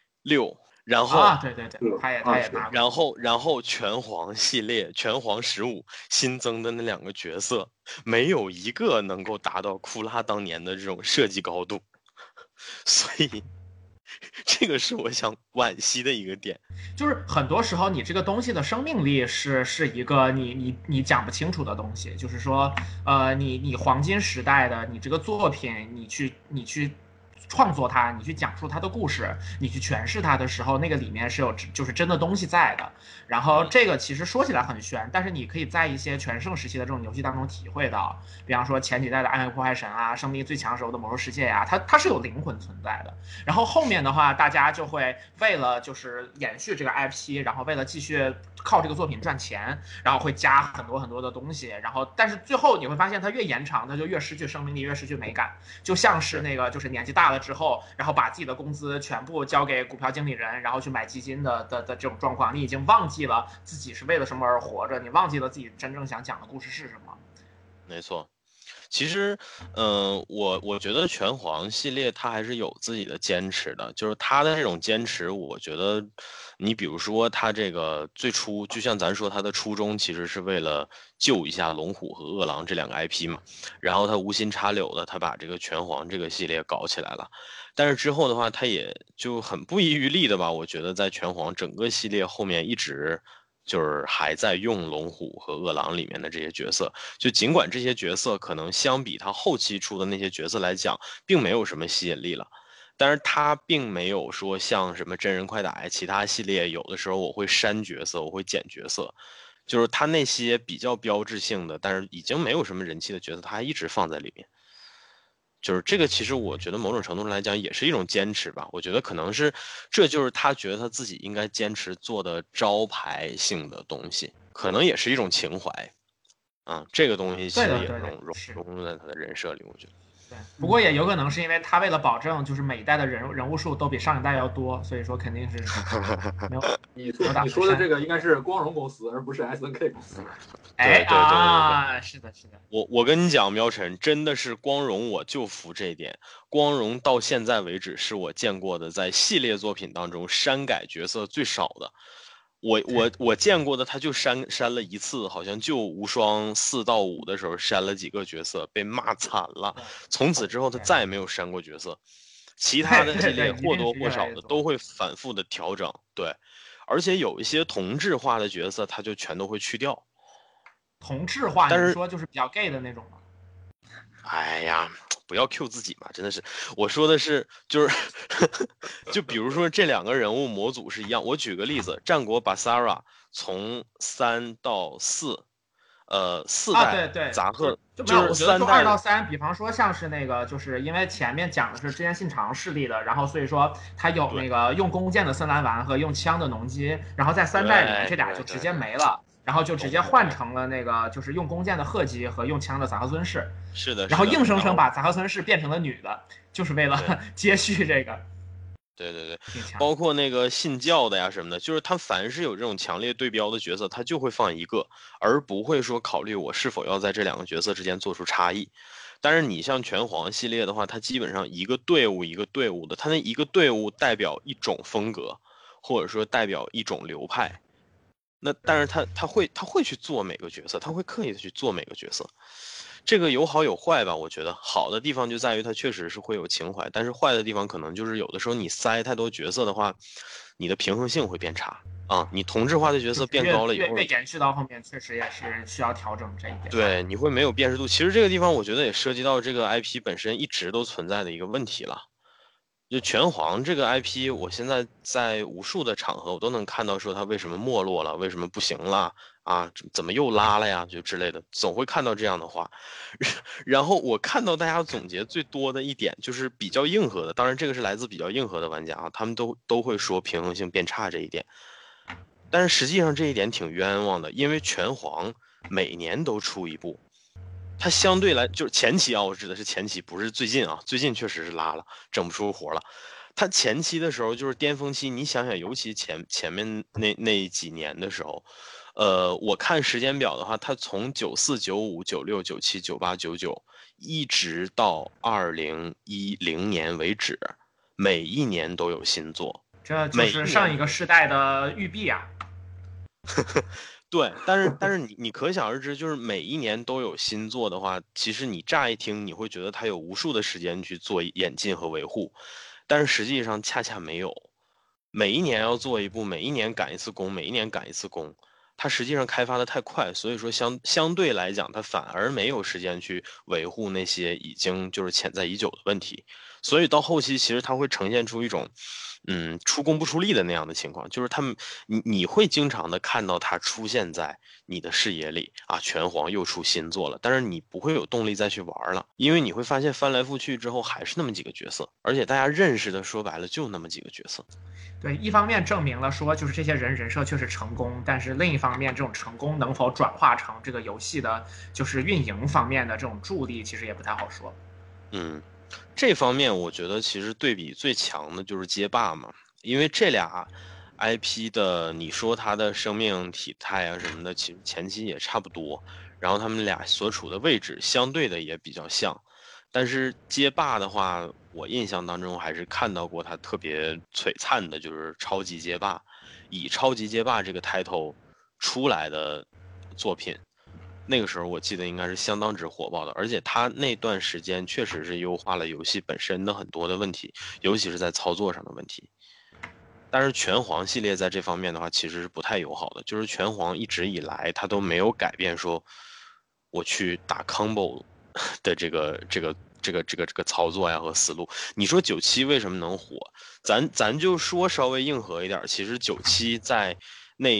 6。然后对，他也拿过。然后拳皇系列拳皇15新增的那2个角色，没有一个能够达到库拉当年的这种设计高度，所以这个是我想惋惜的一个点。 就是很多时候你这个东西的生命力是一个你讲不清楚的东西，就是说你黄金时代的你这个作品，你去创作它，你去讲述它的故事，你去诠释它的时候，那个里面是有就是真的东西在的。然后这个其实说起来很玄，但是你可以在一些全盛时期的这种游戏当中体会到，比方说前几代的暗黑破坏神啊，生命最强时候的魔兽世界呀，它是有灵魂存在的。然后后面的话，大家就会为了就是延续这个 IP， 然后为了继续靠这个作品赚钱，然后会加很多很多的东西，然后但是最后你会发现它越延长，它就越失去生命力，越失去美感，就像是那个就是年纪大了之后，然后把自己的工资全部交给股票经理人，然后去买基金的这种状况，你已经忘记了自己是为了什么而活着，你忘记了自己真正想讲的故事是什么。 没错。其实，我觉得拳皇系列它还是有自己的坚持的，就是它的这种坚持，我觉得，你比如说它这个最初，就像咱说它的初衷其实是为了救一下龙虎和饿狼这2个 IP 嘛，然后它无心插柳的，它把这个拳皇这个系列搞起来了，但是之后的话，它也就很不遗余力的吧，我觉得在拳皇整个系列后面一直就是还在用龙虎和饿狼里面的这些角色，就尽管这些角色可能相比他后期出的那些角色来讲，并没有什么吸引力了，但是他并没有说像什么真人快打呀，其他系列有的时候我会删角色，我会剪角色，就是他那些比较标志性的，但是已经没有什么人气的角色，他还一直放在里面。 就是这个，其实我觉得某种程度上来讲也是一种坚持吧。我觉得可能是这就是他觉得他自己应该坚持做的招牌性的东西，可能也是一种情怀。这个东西其实也融入在他的人设里，我觉得。 对，不过也有可能是因为他为了保证就是每一代的人物数都比上一代要多，所以说肯定是没有。 你说的这个应该是光荣公司，而不是 SNK 公司。 对，是的。 我跟你讲，苗晨真的是光荣，我就服这一点。光荣到现在为止是我见过的在系列作品当中删改角色最少的。我见过的他就删了一次，好像就无双4到5的时候删了几个角色，被骂惨了。从此之后他再也没有删过角色，其他的系列或多或少的都会反复的调整。对，而且有一些同质化的角色他就全都会去掉。 同质化，你说就是比较 gay 的那种吗？ 哎呀，不要 Q 自己嘛，真的是。我说的是，就是就比如说这两个人物模组是一样。我举个例子，战国 Basara 从3到4，4代杂贺，就是3代 2到3，比方说像是那个，就是因为前面讲的是织田信长势力的，然后所以说他有那个用弓箭的森兰丸和用枪的农机，然后在3代里面这俩就直接没了。然后就直接换成了那个，就是用弓箭的贺姬和用枪的杂贺尊氏。 是的。 然后硬生生把杂贺尊氏变成了女的，就是为了接续这个。 对，包括那个信教的呀什么的，就是他凡是有这种强烈对标的角色，他就会放一个，而不会说考虑我是否要在这两个角色之间做出差异。但是你像拳皇系列的话，它基本上一个队伍一个队伍的，它那一个队伍代表一种风格，或者说代表一种流派。那但是他会去做每个角色，他会刻意的去做每个角色，这个有好有坏吧。我觉得好的地方就在于它确实是会有情怀，但是坏的地方可能就是有的时候你塞太多角色的话，你的平衡性会变差啊。你同质化的角色变高了以后， 越延续到后面确实也是需要调整这一点。 对，你会没有辨识度。其实这个地方我觉得也涉及到这个 IP 本身一直都存在的一个问题了。就拳皇这个 IP， 我现在在无数的场合我都能看到说它为什么没落了，为什么不行了啊，怎么又拉了呀，就之类的，总会看到这样的话。然后我看到大家总结最多的一点就是比较硬核的，当然这个是来自比较硬核的玩家啊，他们都会说平衡性变差这一点。但是实际上这一点挺冤枉的，因为拳皇每年都出一部。它相对来就是前期啊，我指的是前期，不是最近啊。最近确实是拉了，整不出活了。它前期的时候就是巅峰期，你想想，尤其前面那几年的时候，我看时间表的话，它从94、95、96、97、98、99，一直到2010年为止，每一年都有新作。 这就是上一个世代的育碧啊。 对，但是你可想而知，就是每一年都有新作的话，其实你乍一听你会觉得它有无数的时间去做演进和维护，但是实际上恰恰没有。每一年要做一部，每一年赶一次工，每一年赶一次工，它实际上开发的太快，所以说相对来讲，它反而没有时间去维护那些已经就是潜在已久的问题，所以到后期其实它会呈现出一种出工不出力的那样的情况，就是你会经常的看到它出现在你的视野里啊，拳皇又出新作了，但是你不会有动力再去玩了，因为你会发现翻来覆去之后还是那么几个角色，而且大家认识的说白了就那么几个角色。 对，一方面证明了说就是这些人设确实成功，但是另一方面这种成功能否转化成这个游戏的就是运营方面的这种助力，其实也不太好说。 这方面我觉得其实对比最强的就是街霸嘛，因为这俩 IP 的你说它的生命体态啊什么的，其实前期也差不多，然后他们俩所处的位置相对的也比较像，但是街霸的话，我印象当中还是看到过它特别璀璨的，就是超级街霸，以超级街霸这个 title 出来的作品。那个时候我记得应该是相当之火爆的，而且他那段时间确实是优化了游戏本身的很多的问题，尤其是在操作上的问题。但是拳皇系列在这方面的话其实是不太友好的，就是拳皇一直以来他都没有改变说我去打 combo 的这个操作呀和思路。你说97为什么能火？咱就说稍微硬核一点，其实97在那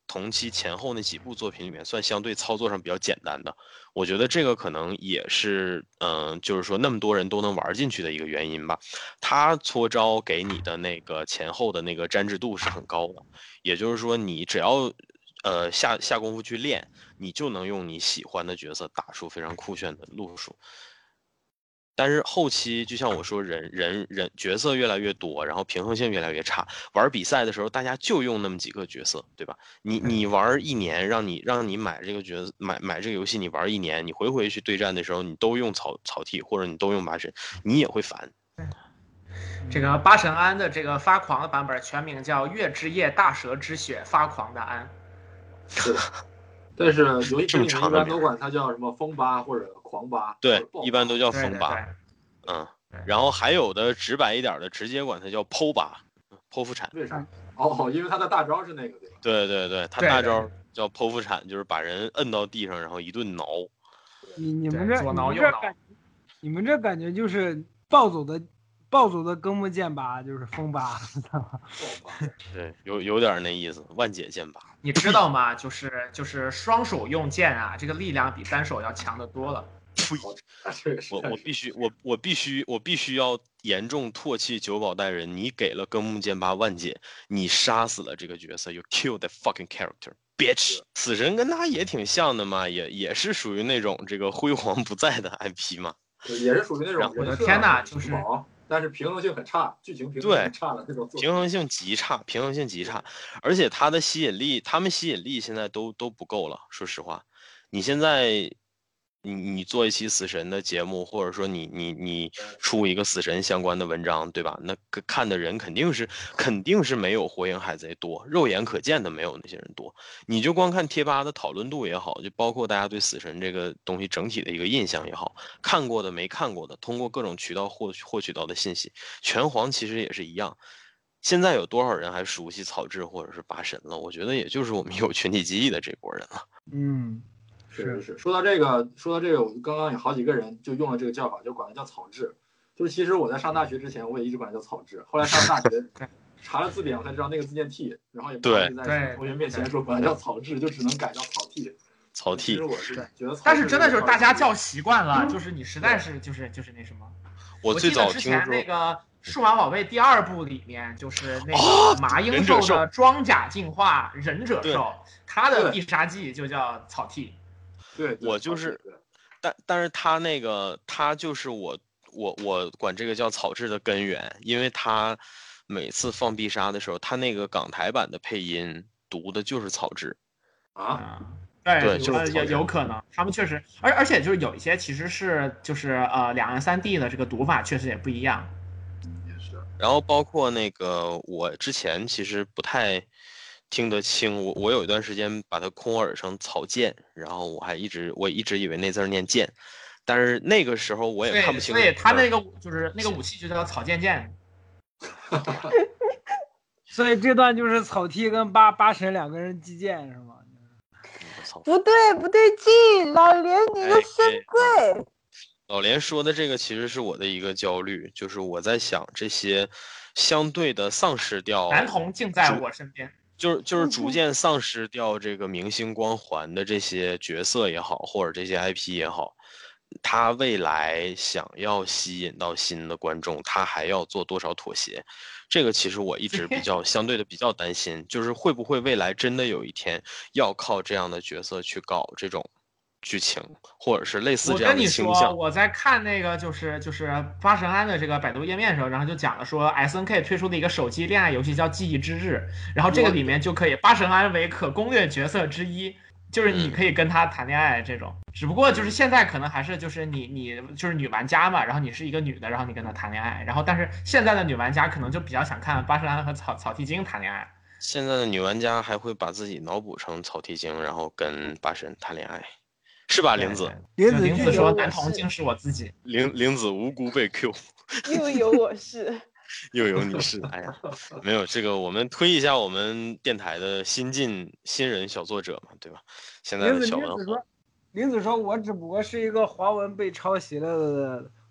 同期前后那几部作品里面算相对操作上比较简单的。我觉得这个可能也是就是说那么多人都能玩进去的一个原因吧。它搓招给你的那个前后的那个粘滞度是很高的，也就是说你只要下功夫去练，你就能用你喜欢的角色打出非常酷炫的路数。但是后期就像我说，人角色越来越多，然后平衡性越来越差。玩比赛的时候，大家就用那么几个角色，对吧？你玩一年，让你买这个角色，买这个游戏，你玩一年，你回去对战的时候，你都用草剃或者你都用八神，你也会烦。 这个八神庵的这个发狂的版本全名叫月之夜大蛇之血发狂的庵。 是的。但是游戏里面一般都管它叫什么风八或者狂八， 对，一般都叫风八。然后还有的直白一点的，直接管它叫剖八，剖腹产。 为啥？哦，因为他的大招是那个，对吧？ 对，他大招叫剖腹产，就是把人摁到地上，然后一顿挠。 你们这感觉就是暴走的根木剑拔，就是风八。 对，有点那意思，万解剑拔。 你知道吗？就是双手用剑啊，这个力量比单手要强得多了。 我必须要严重唾弃九保带人，你给了根木剑拔万解，你杀死了这个角色 ，you kill that fucking character bitch。死神跟他也挺像的嘛，也是属于那种这个辉煌不在的 IP 嘛， 也是属于那种我的天哪，就是。 但是平衡性很差，剧情平衡性很差的那种。 平衡性极差，而且它的吸引力，他们吸引力现在都不够了。说实话，你现在你做一期死神的节目，或者说你出一个死神相关的文章，对吧？那看的人肯定是没有火影海贼多，肉眼可见的没有那些人多。你就光看贴吧的讨论度也好，就包括大家对死神这个东西整体的一个印象也好，看过的没看过的，通过各种渠道获取到的信息，拳皇其实也是一样。现在有多少人还熟悉草雉或者是八神了？我觉得也就是我们有群体记忆的这波人了。 是。说到这个，我刚刚有好几个人就用了这个叫法，就管它叫草雉。就是其实我在上大学之前，我也一直管它叫草雉。后来上大学查了字典，我才知道那个字念 T， 然后也不好意思在同学面前说管它叫草雉，就只能改叫草 T。 草 T。 其实我是觉得， 但是真的就是大家叫习惯了，就是你实在是就是那什么。 我最早之前那个数码宝贝第2部里面，就是那个麻鹰兽的装甲进化忍者兽，它的必杀技就叫草 T。 对， 我就是，但是他就是我管这个叫草雉的根源，因为他每次放必杀的时候，他那个港台版的配音读的就是草雉啊。 对， 就是有可能，他们确实，而且就是有一些其实是就是两岸三地的这个读法确实也不一样。 也是。 然后包括那个我之前其实不太听得清，我有一段时间把它空耳成草剑，然后我一直以为那字念剑，但是那个时候我也看不清。 对，他那个就是那个武器就叫草剑剑。 所以这段就是草 T 跟八神两个人击剑是吗？ 不对劲，老连你个神贵！ 老连说的这个其实是我的一个焦虑，就是我在想这些相对的丧失掉男童竟在我身边。 就是逐渐丧失掉这个明星光环的这些角色也好，或者这些 IP 也好，他未来想要吸引到新的观众，他还要做多少妥协？这个其实我一直相对的比较担心，就是会不会未来真的有一天要靠这样的角色去搞这种剧情，或者是类似这样的倾向。 我跟你说，我在看那个就是八神庵的这个百度页面的时候，然后就讲了说 SNK 推出的一个手机恋爱游戏叫记忆之日，然后这个里面就可以八神庵为可攻略角色之一，就是你可以跟他谈恋爱这种。只不过就是现在可能还是就是你就是女玩家嘛，然后你是一个女的，然后你跟他谈恋爱，然后但是现在的女玩家可能就比较想看八神庵和草剃精谈恋爱。 现在的女玩家还会把自己脑补成草剃精，然后跟八神谈恋爱。是吧，玲子？ 玲子说：“男童竟是我自己。” 玲子无辜被 Q， 又有我是， 又有你是。哎呀，没有这个，我们推一下我们电台的新人小作者嘛，对吧？现在的小文化。 玲子说：“我只不过是一个华文被抄袭了的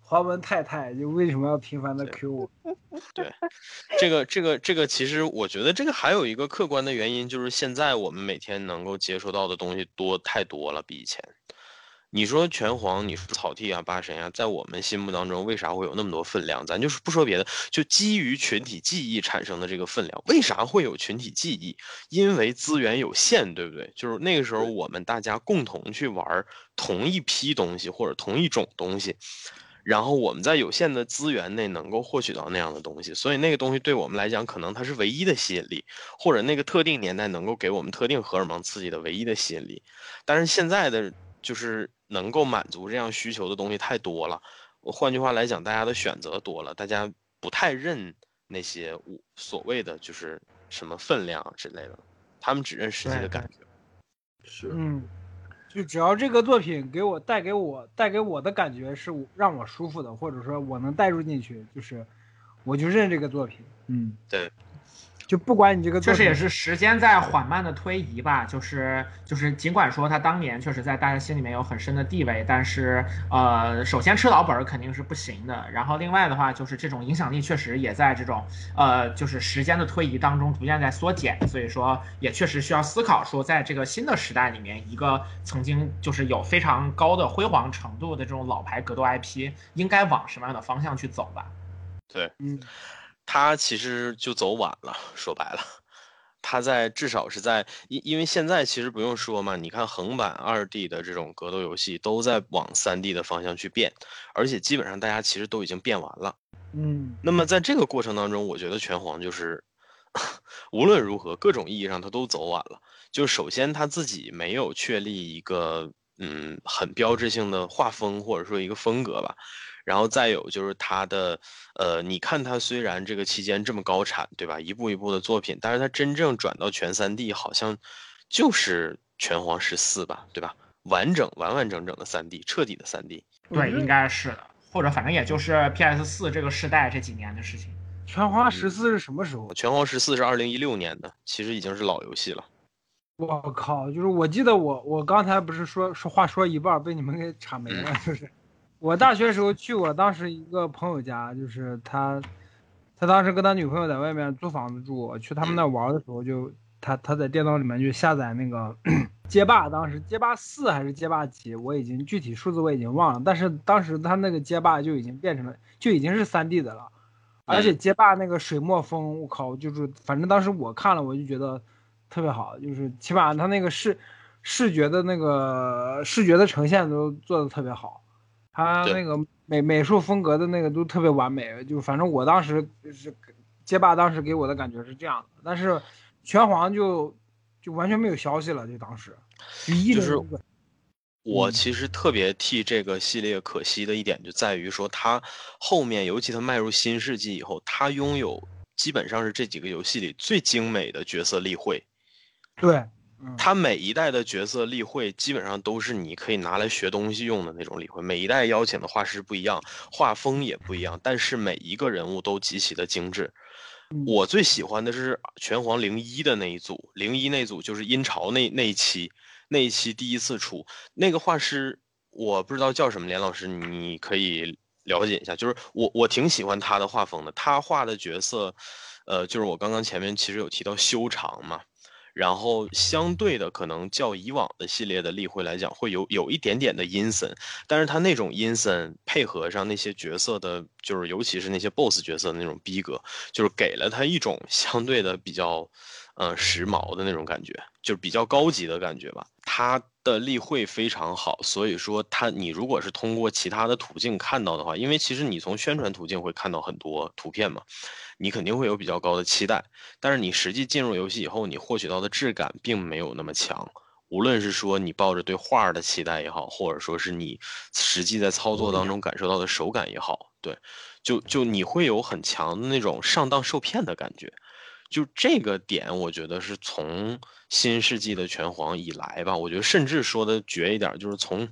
华文太太就为什么要频繁的 Q 我？ 对，这个，其实我觉得这个还有一个客观的原因，就是现在我们每天能够接触到的东西太多了，比以前。你说拳皇，你说草剃啊、八神啊，在我们心目当中为啥会有那么多分量？咱就是不说别的，就基于群体记忆产生的这个分量，为啥会有群体记忆？因为资源有限，对不对？就是那个时候我们大家共同去玩同一批东西或者同一种东西，然后我们在有限的资源内能够获取到那样的东西，所以那个东西对我们来讲，可能它是唯一的吸引力，或者那个特定年代能够给我们特定荷尔蒙刺激的唯一的吸引力。但是现在的就是能够满足这样需求的东西太多了，换句话来讲，大家的选择多了，大家不太认那些所谓的就是什么分量之类的，他们只认实际的感觉。 是， 就只要这个作品带给我的感觉是让我舒服的，或者说我能带入进去，就是我就认这个作品。 对。 就不管你这个作品， 确实也是时间在缓慢的推移吧，就是尽管说他当年确实在大家心里面有很深的地位，但是首先吃老本肯定是不行的，然后另外的话就是这种影响力确实也在这种就是时间的推移当中逐渐在缩减，所以说也确实需要思考说在这个新的时代里面，一个曾经就是有非常高的辉煌程度的这种老牌格斗 IP 应该往什么样的方向去走吧。 对，他其实就走晚了，说白了，他至少是在因为现在其实不用说嘛，你看横版2D 的这种格斗游戏都在往3D 的方向去变，而且基本上大家其实都已经变完了。那么在这个过程当中，我觉得拳皇就是无论如何各种意义上他都走晚了。就首先他自己没有确立一个很标志性的画风或者说一个风格吧。然后再有就是他的，你看他虽然这个期间这么高产，对吧？一步一步的作品，但是他真正转到全3D，好像就是拳皇14吧，对吧？完完整整的3D，彻底的3D。 对，应该是的，或者反正也就是 PS4这个时代这几年的事情。 拳皇14是什么时候？ 拳皇14是2016年的，其实已经是老游戏了。 我靠，就是我记得我刚才不是说话说一半被你们给岔没了，就是。我大学时候去我当时一个朋友家，就是他当时跟他女朋友在外面租房子住，我去他们那玩的时候就他在电脑里面就下载那个街霸，当时街霸4还是街霸几，我已经具体数字我已经忘了，但是当时他那个街霸就已经是3D 的了，而且街霸那个水墨风，我靠，就是反正当时我看了我就觉得特别好，就是起码他那个视觉的呈现都做的特别好。他那个美术风格的那个都特别完美，就反正我当时是街霸，当时给我的感觉是这样的，但是拳皇就完全没有消息了，就当时就是我其实特别替这个系列可惜的一点就在于说，他后面尤其他迈入新世纪以后，他拥有基本上是这几个游戏里最精美的角色立绘。 对。 他每一代的角色立绘基本上都是你可以拿来学东西用的那种立绘，每一代邀请的画师不一样，画风也不一样，但是每一个人物都极其的精致。我最喜欢的是拳皇01的那一组，01那组就是阴潮那一期第一次出，那个画师我不知道叫什么，连老师你可以了解一下，就是我挺喜欢他的画风的，他画的角色就是我刚刚前面其实有提到修长嘛，然后相对的可能较以往的系列的立绘来讲会有一点点的阴森，但是他那种阴森配合上那些角色的就是尤其是那些 BOSS 角色的那种逼格，就是给了他一种相对的比较时髦的那种感觉，就是比较高级的感觉吧。他的立绘非常好，所以说你如果是通过其他的途径看到的话，因为其实你从宣传途径会看到很多图片嘛，你肯定会有比较高的期待，但是你实际进入游戏以后，你获取到的质感并没有那么强。无论是说你抱着对画的期待也好，或者说是你实际在操作当中感受到的手感也好，对，就你会有很强的那种上当受骗的感觉。就这个点，我觉得是从新世纪的拳皇以来吧，我觉得甚至说的绝一点，就是从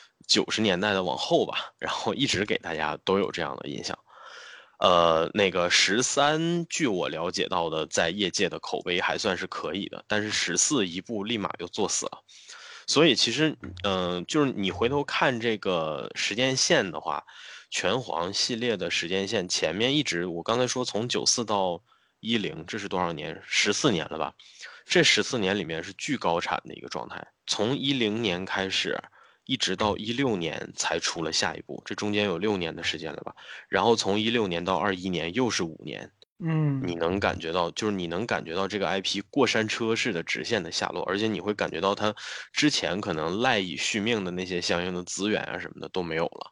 90年代的往后吧，然后一直给大家都有这样的印象。那个13，据我了解到的，在业界的口碑还算是可以的，但是14一部立马就作死了。所以其实，就是你回头看这个时间线的话， 拳皇系列的时间线前面一直，我刚才说从94到10，这是多少年？14年了吧？这14年里面是巨高产的一个状态，从10年开始，一直到16年才出了下一部，这中间有6年的时间了吧？然后从16年到21年又是5年。你能感觉到，就是你能感觉到这个 IP 过山车式的直线的下落，而且你会感觉到它之前可能赖以续命的那些相应的资源啊什么的都没有了。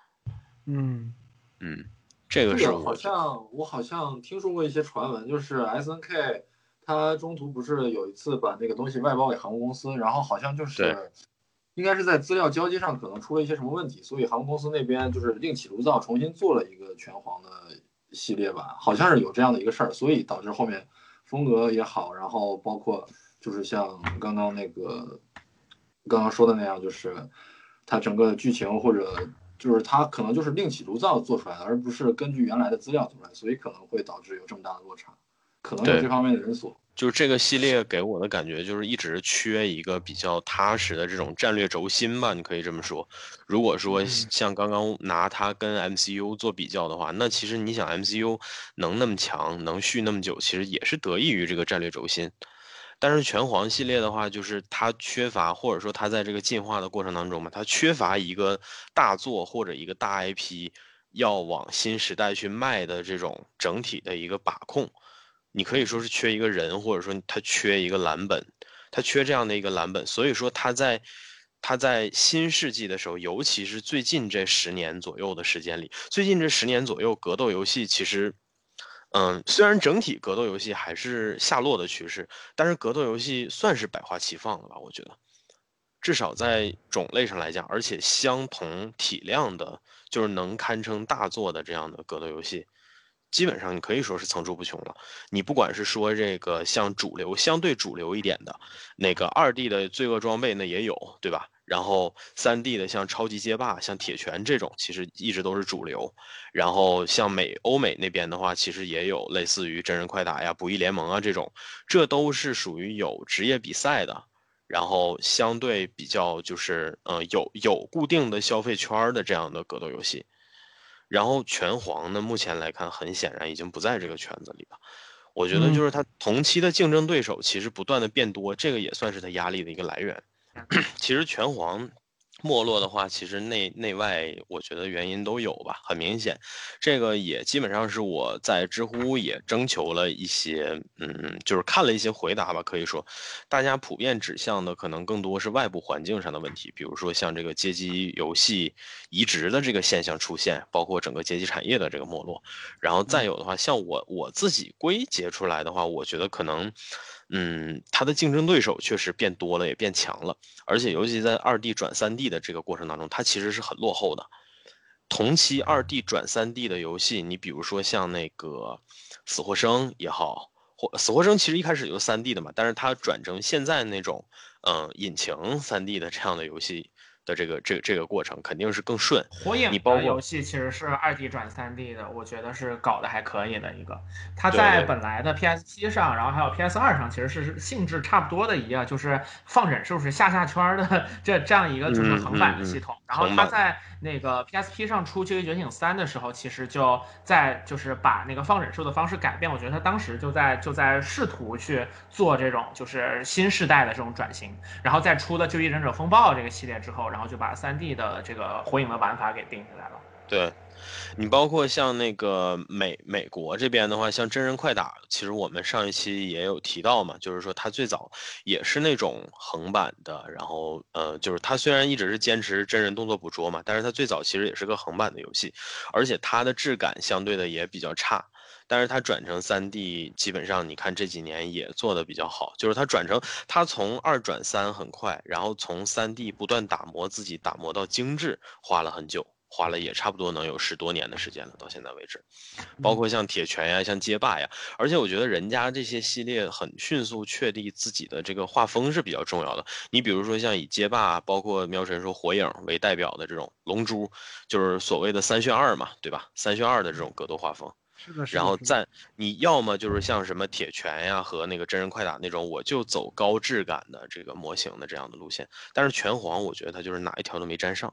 这个是我好像听说过一些传闻，就是 SNK 它中途不是有一次把那个东西外包给航空公司，然后好像就是应该是在资料交接上可能出了一些什么问题，所以航空公司那边就是另起炉灶重新做了一个拳皇的系列吧，好像是有这样的一个事儿，所以导致后面风格也好，然后包括就是像刚刚说的那样，就是它整个的剧情或者就是它可能就是另起炉灶做出来的，而不是根据原来的资料做出来，所以可能会导致有这么大的落差，可能有这方面的因素。 就是这个系列给我的感觉就是一直缺一个比较踏实的这种战略轴心吧，你可以这么说。如果说像刚刚拿它跟 MCU 做比较的话，那其实你想 MCU 能那么强，能续那么久，其实也是得益于这个战略轴心。但是拳皇系列的话，就是它缺乏，或者说它在这个进化的过程当中嘛，它缺乏一个大作或者一个大 IP 要往新时代去迈的这种整体的一个把控。你可以说是缺一个人，或者说他缺一个蓝本，他缺这样的一个蓝本，所以说他在新世纪的时候，尤其是最近这10年左右的时间里，最近这10年左右格斗游戏其实，虽然整体格斗游戏还是下落的趋势，但是格斗游戏算是百花齐放了吧？我觉得，至少在种类上来讲，而且相同体量的，就是能堪称大作的这样的格斗游戏。基本上你可以说是层出不穷了。你不管是说这个像相对主流一点的那个2D 的罪恶装备，那也有，对吧？然后3D 的像超级街霸、像铁拳这种，其实一直都是主流。然后像欧美那边的话，其实也有类似于真人快打呀、不义联盟啊这种，这都是属于有职业比赛的。然后相对比较就是有固定的消费圈的这样的格斗游戏。然后拳皇呢，目前来看，很显然已经不在这个圈子里了。我觉得就是他同期的竞争对手其实不断的变多，这个也算是他压力的一个来源。其实拳皇没落的话，其实内外我觉得原因都有吧，很明显。这个也基本上是我在知乎也征求了一些，就是看了一些回答吧，可以说，大家普遍指向的可能更多是外部环境上的问题，比如说像这个街机游戏移植的这个现象出现，包括整个街机产业的这个没落，然后再有的话，像我自己归结出来的话，我觉得可能。它的竞争对手确实变多了，也变强了，而且尤其在2D 转3D 的这个过程当中，它其实是很落后的。同期2D 转3D 的游戏，你比如说像那个死或生也好，死或生其实一开始就是3D 的嘛，但是它转成现在那种引擎3D 的这样的游戏的这个过程肯定是更顺。 火影的游戏其实是2D 转3D 的，我觉得是搞得还可以的一个。它在本来的 PS7 上，然后还有 PS2 上，其实是性质差不多的一个，就是放忍术是下圈的这样一个就是横版的系统。然后它在那个 PSP 上出《街机觉醒3》的时候，其实就是把那个放忍术的方式改变。我觉得他当时就在试图去做这种就是新世代的这种转型，然后在出了《究极忍者风暴》这个系列之后，然后就把3D 的这个火影的玩法给定下来了。 对，你包括像那个美国这边的话，像真人快打，其实我们上一期也有提到嘛，就是说它最早也是那种横版的，然后就是它虽然一直是坚持真人动作捕捉嘛，但是它最早其实也是个横版的游戏，而且它的质感相对的也比较差。但是它转成3D，基本上你看这几年也做的比较好，就是它从2转3很快，然后从3D 不断打磨自己，打磨到精致，花了很久。花了也差不多能有10多年的时间了，到现在为止，包括像铁拳呀、像街霸呀，而且我觉得人家这些系列很迅速确立自己的这个画风是比较重要的。你比如说像以街霸，包括喵神说火影为代表的这种龙珠，就是所谓的3选2嘛，对吧？3选2的这种格斗画风。 是的， 然后你要么就是像什么铁拳呀和那个真人快打那种，我就走高质感的这个模型的这样的路线，但是拳皇我觉得它就是哪一条都没沾上。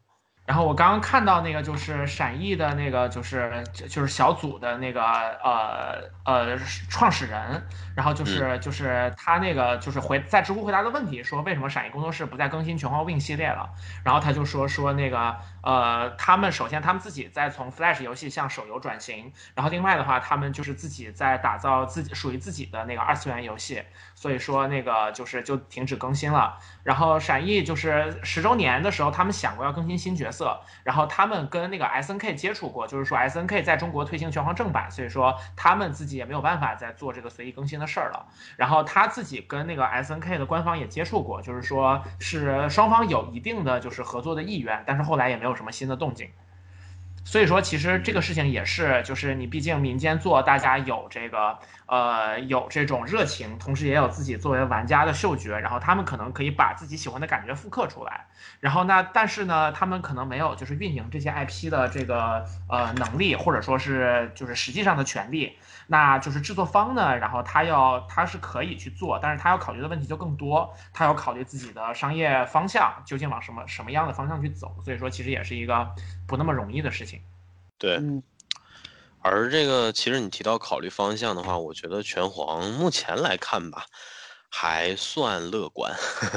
然后我刚刚看到那个就是闪翼的那个就是小组的那个创始人，然后就是他那个就是在知乎回答的问题说为什么闪翼工作室不再更新拳皇 Win 系列了，然后他就说那个他们首先他们自己在从 Flash 游戏向手游转型，然后另外的话他们就是自己在打造属于自己的那个2次元游戏，所以说那个就停止更新了。然后闪翼就是10周年的时候他们想过要更新新角色，然后他们跟那个 SNK 接触过，就是说 SNK 在中国推行拳皇正版，所以说他们自己也没有办法再做这个随意更新的事儿了。然后他自己跟那个 SNK 的官方也接触过，就是说是双方有一定的就是合作的意愿，但是后来也没有什么新的动静。所以说其实这个事情也是就是你毕竟民间做，大家有这个有这种热情，同时也有自己作为玩家的嗅觉，然后他们可能可以把自己喜欢的感觉复刻出来，然后但是呢他们可能没有就是运营这些 IP 的这个能力，或者说是就是实际上的权利。那就是制作方呢，然后他是可以去做，但是他要考虑的问题就更多，他要考虑自己的商业方向究竟往什么样的方向去走，所以说其实也是一个不那么容易的事情。 对，而这个其实你提到考虑方向的话，我觉得拳皇目前来看吧，还算乐观。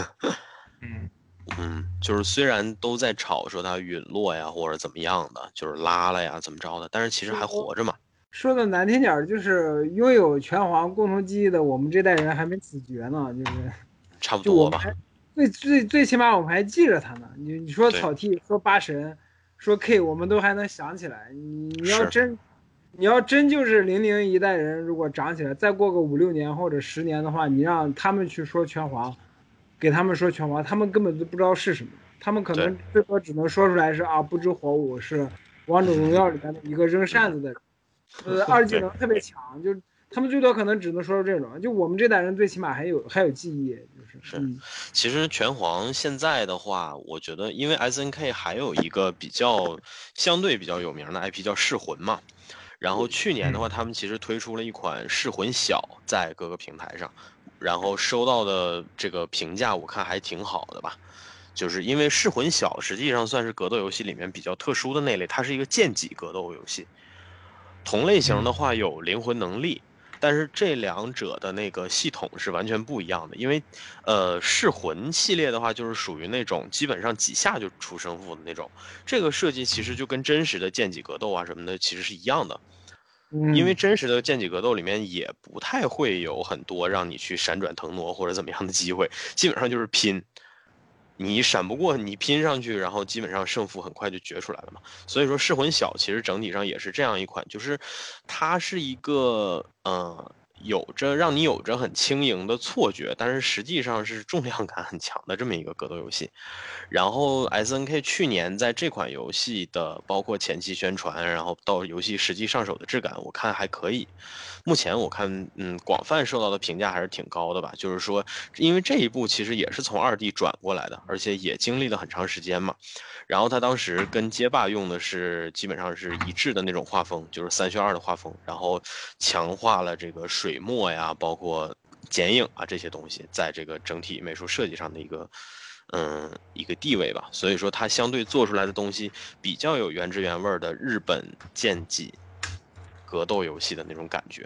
就是虽然都在吵说它陨落呀，或者怎么样的，就是拉了呀，怎么着的，但是其实还活着嘛。 说的难听点，就是拥有拳皇共同记忆的我们这代人还没死绝呢，就是差不多吧。 最起码我们还记着他呢。你说草剃，说八神，说 K， 我们都还能想起来。你要真就是00一代人，如果长起来，再过个5、6年或者10年的话，你让他们去说拳皇，给他们说拳皇，他们根本就不知道是什么，他们可能最多只能说出来是不知火舞是王者荣耀里面的一个扔扇子的人。2技能特别强，就他们最多可能只能说出这种，就我们这代人最起码还有记忆， 其实拳皇现在的话，我觉得因为 SNK 还有一个相对比较有名的 IP 叫噬魂嘛，然后去年的话，他们其实推出了一款噬魂小在各个平台上，然后收到的这个评价我看还挺好的吧。就是因为噬魂小实际上算是格斗游戏里面比较特殊的那类，它是一个剑戟格斗游戏。同类型的话有灵魂能力，但是这两者的那个系统是完全不一样的。因为噬魂系列的话就是属于那种基本上几下就出胜负的那种，这个设计其实就跟真实的剑戟格斗啊什么的其实是一样的。因为真实的剑戟格斗里面也不太会有很多让你去闪转腾挪或者怎么样的机会，基本上就是拼，你闪不过你拼上去，然后基本上胜负很快就决出来了嘛。所以说噬魂小其实整体上也是这样一款，就是它是一个让你有着很轻盈的错觉，但是实际上是重量感很强的这么一个格斗游戏。然后 SNK 去年在这款游戏的包括前期宣传，然后到游戏实际上手的质感，我看还可以。目前我看广泛受到的评价还是挺高的吧，就是说因为这一部其实也是从2D 转过来的，而且也经历了很长时间嘛。然后他当时跟街霸用的是基本上是一致的那种画风，就是3:2的画风，然后强化了这个水墨呀，包括剪影啊这些东西，在这个整体美术设计上的一个地位吧。所以说它相对做出来的东西比较有原汁原味的日本剑戟格斗游戏的那种感觉。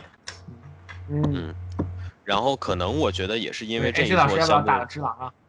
然后可能我觉得也是因为这一座相对打了只狼啊。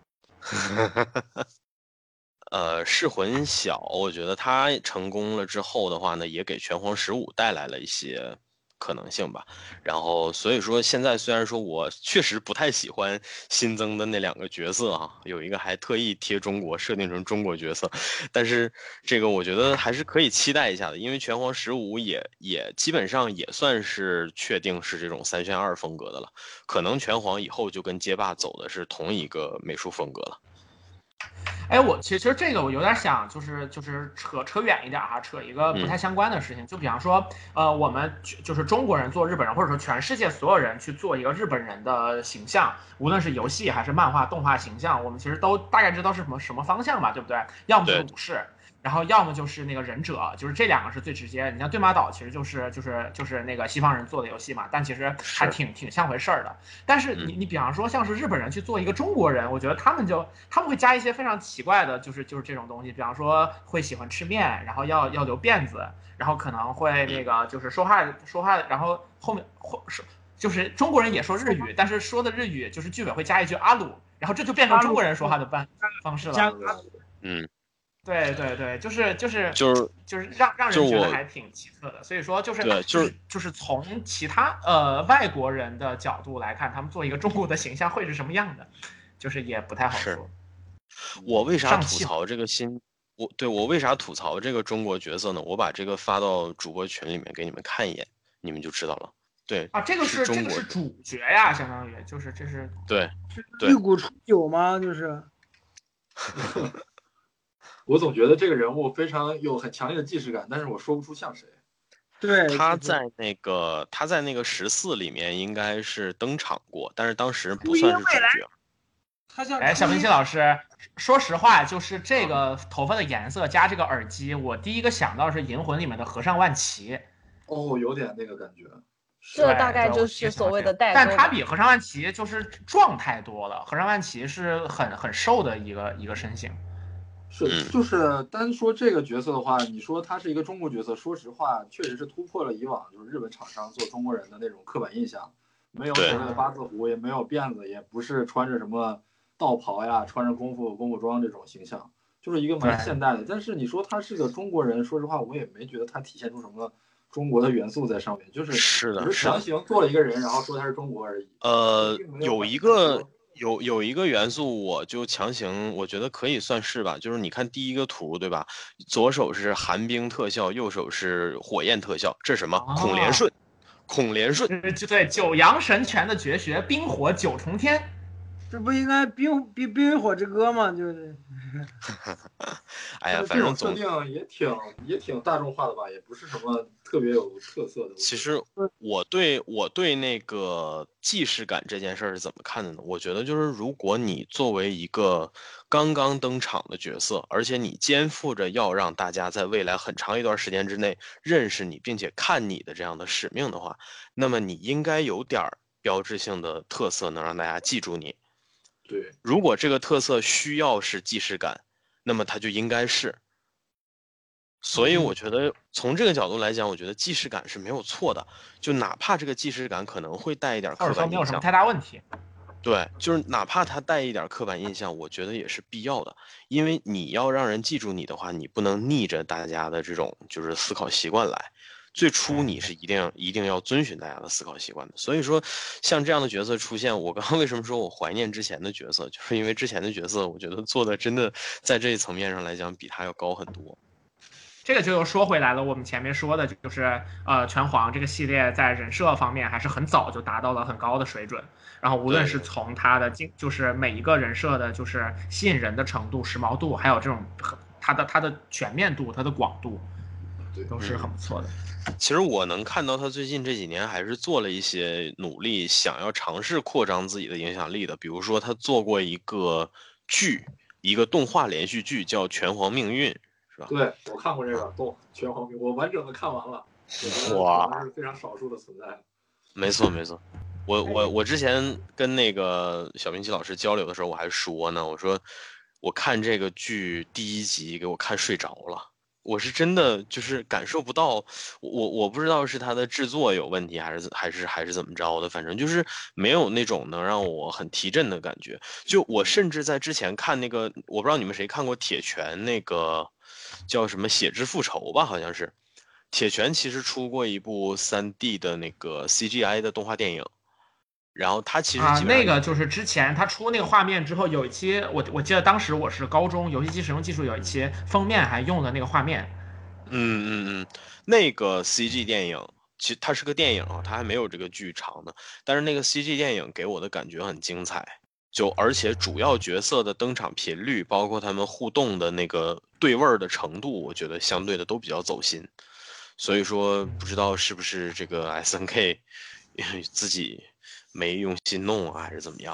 噬魂小，我觉得它成功了之后的话呢，也给拳皇15带来了一些可能性吧。然后所以说现在虽然说我确实不太喜欢新增的那2个角色啊，有一个还特意贴中国设定成中国角色，但是这个我觉得还是可以期待一下的，因为拳皇15也基本上也算是确定是这种3:2风格的了，可能拳皇以后就跟街霸走的是同一个美术风格了。 我其实这个我有点想就是扯远一点哈，扯一个不太相关的事情，就比方说我们就是中国人做日本人，或者说全世界所有人去做一个日本人的形象，无论是游戏还是漫画动画形象，我们其实都大概知道是什么方向嘛，对不对？要么就是武士， 然后要么就是那个忍者，就是这两个是最直接的。你像对马岛其实就是那个西方人做的游戏嘛，但其实还挺像回事儿的。但是你比方说像是日本人去做一个中国人，我觉得他们会加一些非常奇怪的，就是这种东西，比方说会喜欢吃面，然后要留辫子，然后可能会那个就是说话，然后后面就是中国人也说日语，但是说的日语就是剧尾会加一句阿鲁，然后这就变成中国人说话的方式了。对，就是让人觉得还挺奇特的，所以说就是从其他外国人的角度来看，他们做一个中国的形象会是什么样的，就是也不太好说。 我为啥吐槽这个我为啥吐槽这个中国角色呢？我把这个发到主播群里面给你们看一眼，你们就知道了。对啊，这个是主角呀，相当于就是这是对一股醇酒吗？就是我总觉得这个人物非常有很强烈的既视感，但是我说不出像谁。 对， 他在那个14里面应该是登场过，但是当时不算是主角。 小明星老师，说实话，就是这个头发的颜色加这个耳机，我第一个想到是《银魂》里面的和尚万奇。 哦，有点那个感觉。 这大概就是所谓的代沟， 但他比和尚万奇就是壮太多了。和尚万奇是很瘦的一个身形。 是，就是单说这个角色的话，你说他是一个中国角色，说实话，确实是突破了以往就是日本厂商做中国人的那种刻板印象，没有所谓的八字胡，也没有辫子，也不是穿着什么道袍呀，穿着功夫装这种形象，就是一个蛮现代的。但是你说他是个中国人，说实话，我也没觉得他体现出什么中国的元素在上面，就是强行做了一个人，然后说他是中国而已。 有一个元素，我就强行，我觉得可以算是吧，就是你看第一个图，对吧？左手是寒冰特效，右手是火焰特效，这是什么？孔连顺， 对，九阳神拳的绝学冰火九重天， 这不应该冰与火之歌吗？就是， 哎呀，反正这种设定也挺大众化的吧，也不是什么特别有特色的。 其实我对那个既视感这件事儿是怎么看的呢？我觉得就是如果你作为一个刚刚登场的角色，而且你肩负着要让大家在未来很长一段时间之内认识你并且看你的这样的使命的话，那么你应该有点标志性的特色能让大家记住你。 对， 如果这个特色需要是既视感，那么它就应该是。所以我觉得从这个角度来讲，我觉得既视感是没有错的，就哪怕这个既视感可能会带一点刻板印象， 没有什么太大问题。 对，就是哪怕它带一点刻板印象，我觉得也是必要的，因为你要让人记住你的话，你不能逆着大家的这种就是思考习惯来。最初你是一定要遵循大家的思考习惯的，所以说像这样的角色出现，我刚刚为什么说我怀念之前的角色，就是因为之前的角色我觉得做的真的在这一层面上来讲比他要高很多。 这个就又说回来了，我们前面说的就是拳皇这个系列在人设方面还是很早就达到了很高的水准，然后无论是从它的就是每一个人设的就是吸引人的程度、时髦度，还有这种它的全面度、它的广度，都是很不错的。 其实我能看到他最近这几年还是做了一些努力，想要尝试扩张自己的影响力的。比如说他做过一个动画连续剧叫《拳皇命运》，是吧？ 对，我看过这个拳皇命运，我完整的看完了。哇，是非常少数的存在。 没错。我之前跟那个小明奇老师交流的时候，我还说呢，我说我看这个剧第1集给我看睡着了。我是真的就是感受不到，我不知道是他的制作有问题，还是怎么着的，反正就是没有那种能让我很提振的感觉。就我甚至在之前看那个，我不知道你们谁看过铁拳那个叫什么《血之复仇》吧，好像是铁拳其实出过一部3D 的那个 CGI 的动画电影。然后他其实那个就是之前他出那个画面之后，有一期我记得当时我是高中，游戏机使用技术有一期封面还用了那个画面。 那个 CG 电影其实它是个电影啊，它还没有这个剧长的，但是那个 CG 电影给我的感觉很精彩，而且主要角色的登场频率，包括他们互动的那个对味儿的程度，我觉得相对的都比较走心。所以说不知道是不是这个 SNK 自己没用心弄啊，还是怎么样的？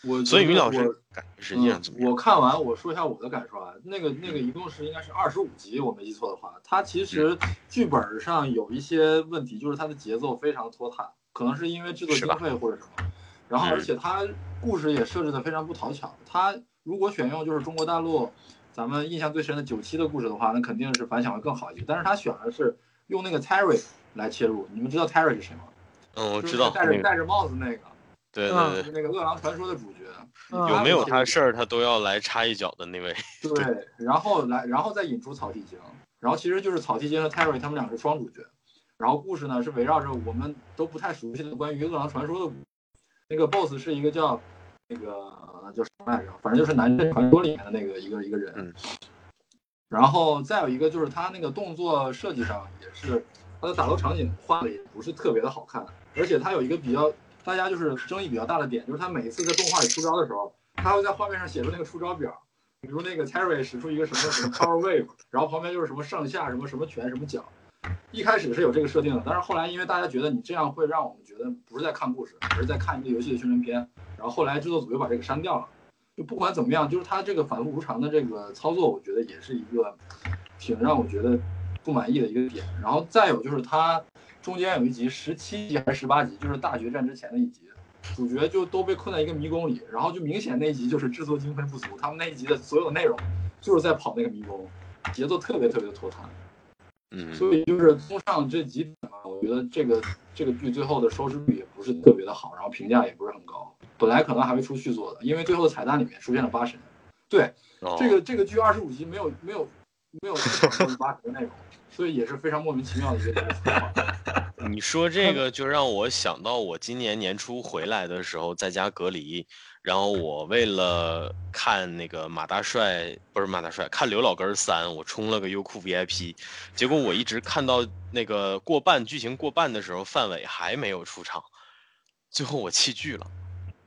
所以于老师感觉实际上怎么样？ 我看完，我说一下我的感受啊。那个一共应该是25集，我没记错的话，它其实剧本上有一些问题，就是它的节奏非常拖沓，可能是因为制作经费或者什么。然后而且它故事也设置的非常不讨巧。它如果选用就是中国大陆咱们印象最深的97的故事的话，那肯定是反响会更好一些。但是他选的是用那个 Terry 来切入。你们知道 Terry 是谁吗？ 我知道， 戴着帽子那个。 对， 就是那个《饿狼传说》的主角。 有没有他的事儿，他都要来插一脚的那位。 对，然后再引出草剃精，然后其实就是草剃精和 Terry 他们两个是双主角。然后故事呢是围绕着我们都不太熟悉的关于《饿狼传说》的那个 BOSS 是一个叫什么来着？反正就是南镇传说里面的那个一个人。然后再有一个就是他那个动作设计上也是，他的打斗场景画的也不是特别的好看，而且他有一个比较大家就是争议比较大的点，就是他每一次在动画里出招的时候，他会在画面上写出那个出招表，比如那个 Terry 使出一个什么 Power Wave， 然后旁边就是什么上下什么拳什么脚。一开始是有这个设定的，但是后来因为大家觉得你这样会让我们觉得不是在看故事，而是在看一个游戏的宣传片，然后后来制作组又把这个删掉了。就不管怎么样，就是他这个反复无常的这个操作，我觉得也是一个挺让我觉得不满意的一个点。然后再有就是他中间有一集17集还是18集，就是大决战之前的一集，主角就都被困在一个迷宫里，然后就明显那一集就是制作经费不足，他们那一集的所有内容就是在跑那个迷宫，节奏特别的拖沓。所以就是综上这几点嘛，我觉得这个剧最后的收视率也不是特别的好，然后评价也不是很高。本来可能还会出续作的，因为最后的彩蛋里面出现了8神。对，这个剧25集没有8神的内容，所以也是非常莫名其妙的一个情况。 你说这个就让我想到我今年年初回来的时候在家隔离，然后我为了看那个看刘老根3，我充了个优酷 VIP， 结果我一直看到那个剧情过半的时候，范伟还没有出场，最后我弃剧了。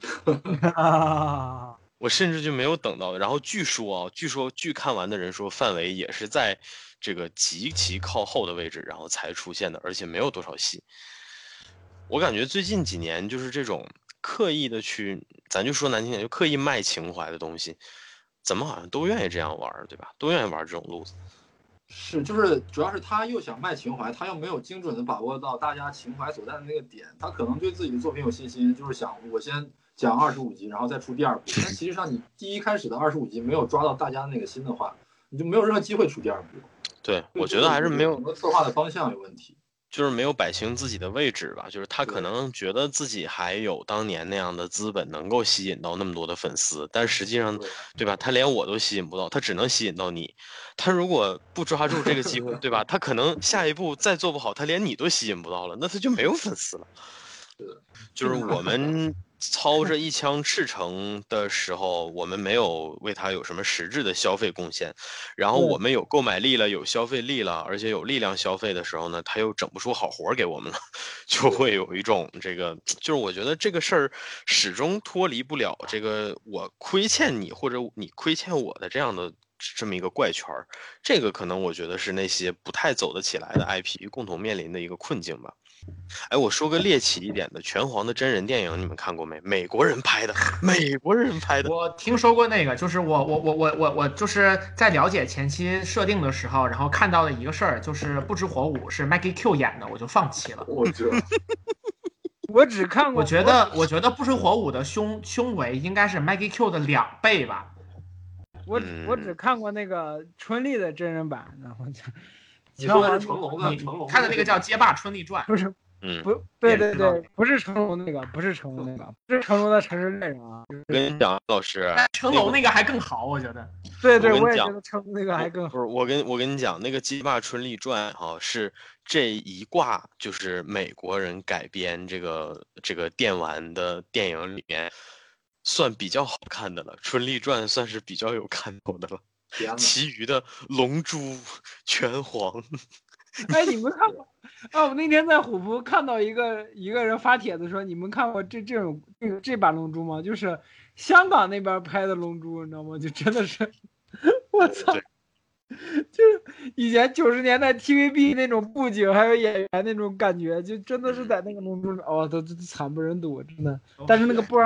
我甚至就没有等到，然后据说剧看完的人说范伟也是在这个极其靠后的位置然后才出现的，而且没有多少戏。我感觉最近几年就是这种刻意的去，咱就说难听点，就刻意卖情怀的东西，怎么好像都愿意这样玩，对吧？都愿意玩这种路子。 是，就是主要是他又想卖情怀，他又没有精准的把握到大家情怀所在的那个点，他可能对自己的作品有信心，就是想我先讲25集，然后再出第2部。但实际上你第一开始的25集没有抓到大家那个心的话，你就没有任何机会出第2部。 对，我觉得还是没有整个策划的方向有问题。 就是没有摆清自己的位置吧，就是他可能觉得自己还有当年那样的资本能够吸引到那么多的粉丝，但实际上，对吧？他连我都吸引不到，他只能吸引到你。他如果不抓住这个机会，对吧？他可能下一步再做不好，他连你都吸引不到了，那他就没有粉丝了。就是我们操着一腔赤诚的时候，我们没有为他有什么实质的消费贡献，然后我们有购买力了，有消费力了，而且有力量消费的时候呢，他又整不出好活给我们了，就会有一种这个，就是我觉得这个事儿始终脱离不了这个我亏欠你或者你亏欠我的这样的这么一个怪圈儿。这个可能我觉得是那些不太走得起来的 IP 共同面临的一个困境吧。哎，我说个猎奇一点的，拳皇的真人电影你们看过没？美国人拍的。 我听说过那个，就是我就是在了解前期设定的时候，然后看到的一个事儿，就是不知火舞是 Maggie Q 演的，我就放弃了。 我只看过， 我觉得不知火舞的胸围应该是 Maggie Q 的2倍吧。 我只看过那个春丽的真人版，然后就。 你说的是成龙的， 看的那个叫《街霸春丽传》， 不是，对，不是成龙那个，不是成龙的城市猎人啊。 我跟你讲，老师， 成龙那个还更好，我觉得。 对，我也觉得成龙那个还更好。 不是，我跟你讲，那个《街霸春丽传》是这一挂就是美国人改编这个电玩的电影里面算比较好看的了，《春丽传》算是比较有看头的了。其余的龙珠、拳皇， 哎，你们看过啊？我那天在虎扑看到一个人发帖子说，你们看过这版龙珠吗？就是香港那边拍的龙珠，你知道吗？就真的是，我操！就是以前90年代 TVB 那种布景还有演员那种感觉，就真的是在那个龙珠都惨不忍睹，真的。但是那个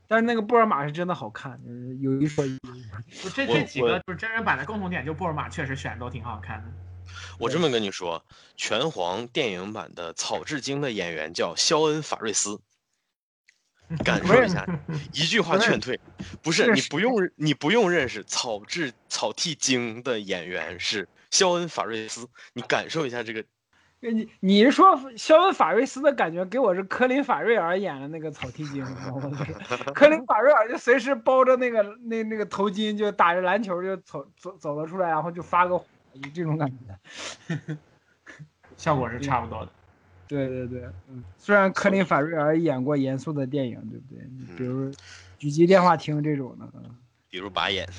但是那个布尔玛是真的好看，就是有一说一。 就这几个就是真人版的共同点，就布尔玛确实选都挺好看的。 我这么跟你说，拳皇电影版的草雉精的演员叫肖恩·法瑞斯，感受一下，一句话劝退。不是你不用认识草剃精的演员是肖恩·法瑞斯，你感受一下这个。 你是说肖恩·法瑞斯的感觉给我是科林·法瑞尔演的那个草剃精，科林·法瑞尔就随时包着那个头巾，就打着篮球就走了出来，然后就发个火，这种感觉， 效果是差不多的。 对对对，虽然科林·法瑞尔演过严肃的电影，对不对？比如《狙击电话亭》这种的， 比如拔眼，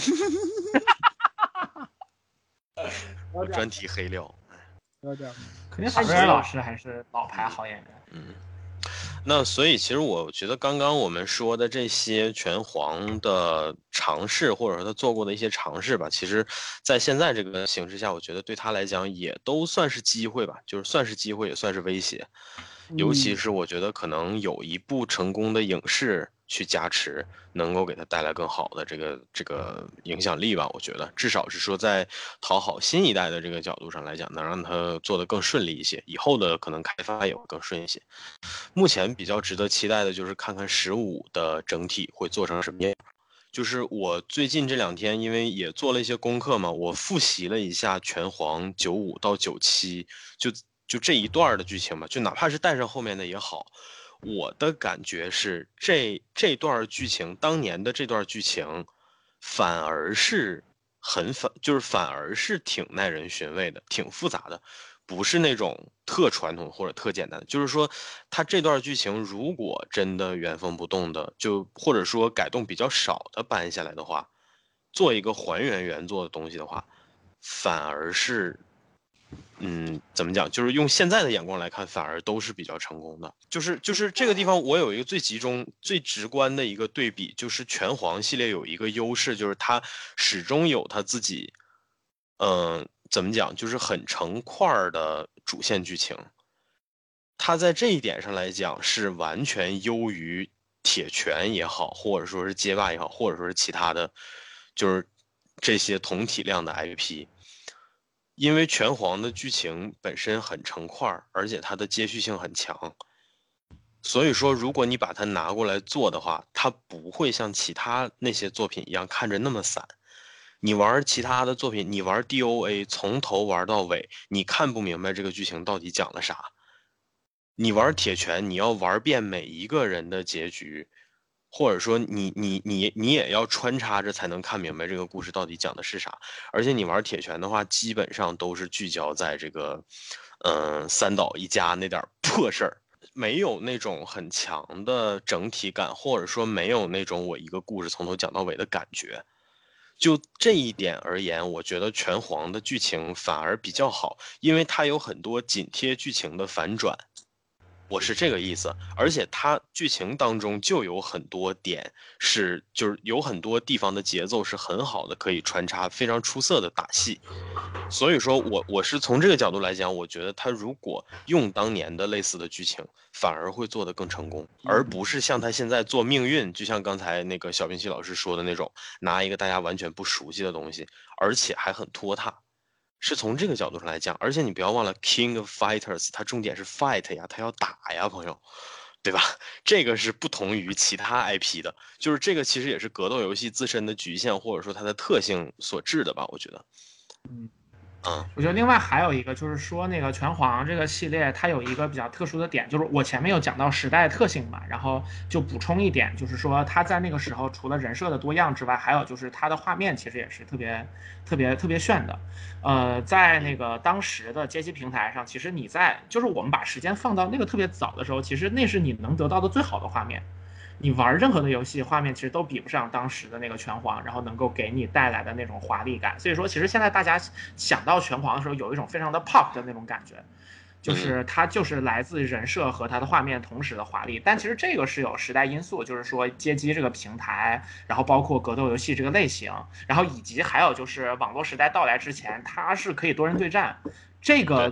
专题黑料。 肯定法瑞尔老师还是老牌好演员。 那所以其实我觉得刚刚我们说的这些拳皇的尝试，或者说他做过的一些尝试吧，其实在现在这个形势下，我觉得对他来讲也都算是机会吧，就是算是机会也算是威胁。尤其是我觉得可能有一部成功的影视去加持，能够给他带来更好的这个影响力吧。我觉得至少是说在讨好新一代的这个角度上来讲，能让他做得更顺利一些，以后的可能开发也会更顺一些。目前比较值得期待的就是看看15的整体会做成什么样。就是我最近这2天因为也做了一些功课嘛，我复习了一下拳皇95到97，就这一段的剧情嘛，就哪怕是带上后面的也好，我的感觉是这段剧情，当年的这段剧情，反而是反而是挺耐人寻味的，挺复杂的，不是那种特传统或者特简单的。就是说，它这段剧情如果真的原封不动的，就或者说改动比较少的搬下来的话，做一个还原原作的东西的话，反而是。怎么讲？就是用现在的眼光来看，反而都是比较成功的。就是这个地方，我有一个最集中、最直观的一个对比，就是拳皇系列有一个优势，就是它始终有它自己，怎么讲？就是很成块的主线剧情。它在这一点上来讲是完全优于铁拳也好，或者说是街霸也好，或者说是其他的，就是这些同体量的 IP。因为拳皇的剧情本身很成块，而且它的接续性很强，所以说如果你把它拿过来做的话，它不会像其他那些作品一样看着那么散。你玩其他的作品，你玩 DOA 从头玩到尾，你看不明白这个剧情到底讲了啥。你玩铁拳，你要玩遍每一个人的结局，或者说你也要穿插着才能看明白这个故事到底讲的是啥。而且你玩铁拳的话，基本上都是聚焦在这个三岛一家那点破事儿，没有那种很强的整体感，或者说没有那种我一个故事从头讲到尾的感觉。就这一点而言，我觉得拳皇的剧情反而比较好，因为它有很多紧贴剧情的反转。我是这个意思，而且它剧情当中就有很多点就是有很多地方的节奏是很好的，可以穿插非常出色的打戏。所以说我是从这个角度来讲，我觉得他如果用当年的类似的剧情，反而会做得更成功，而不是像他现在做命运，就像刚才那个小冰淇老师说的那种，拿一个大家完全不熟悉的东西，而且还很拖沓。是从这个角度上来讲，而且你不要忘了 King of Fighters 它重点是 fight 呀，它要打呀，朋友，对吧？这个是不同于其他 IP 的，就是这个其实也是格斗游戏自身的局限，或者说它的特性所致的吧，我觉得。 我觉得另外还有一个就是说，那个拳皇这个系列它有一个比较特殊的点，就是我前面有讲到时代特性嘛，然后就补充一点，就是说它在那个时候除了人设的多样之外，还有就是它的画面其实也是特别炫的。在那个当时的街机平台上，其实就是我们把时间放到那个特别早的时候，其实那是你能得到的最好的画面。你玩任何的游戏，画面其实都比不上当时的那个拳皇，然后能够给你带来的那种华丽感。所以说，其实现在大家想到拳皇的时候，有一种非常的 pop 的那种感觉，就是它就是来自人设和它的画面同时的华丽。但其实这个是有时代因素，就是说街机这个平台，然后包括格斗游戏这个类型，然后以及还有就是网络时代到来之前，它是可以多人对战。这个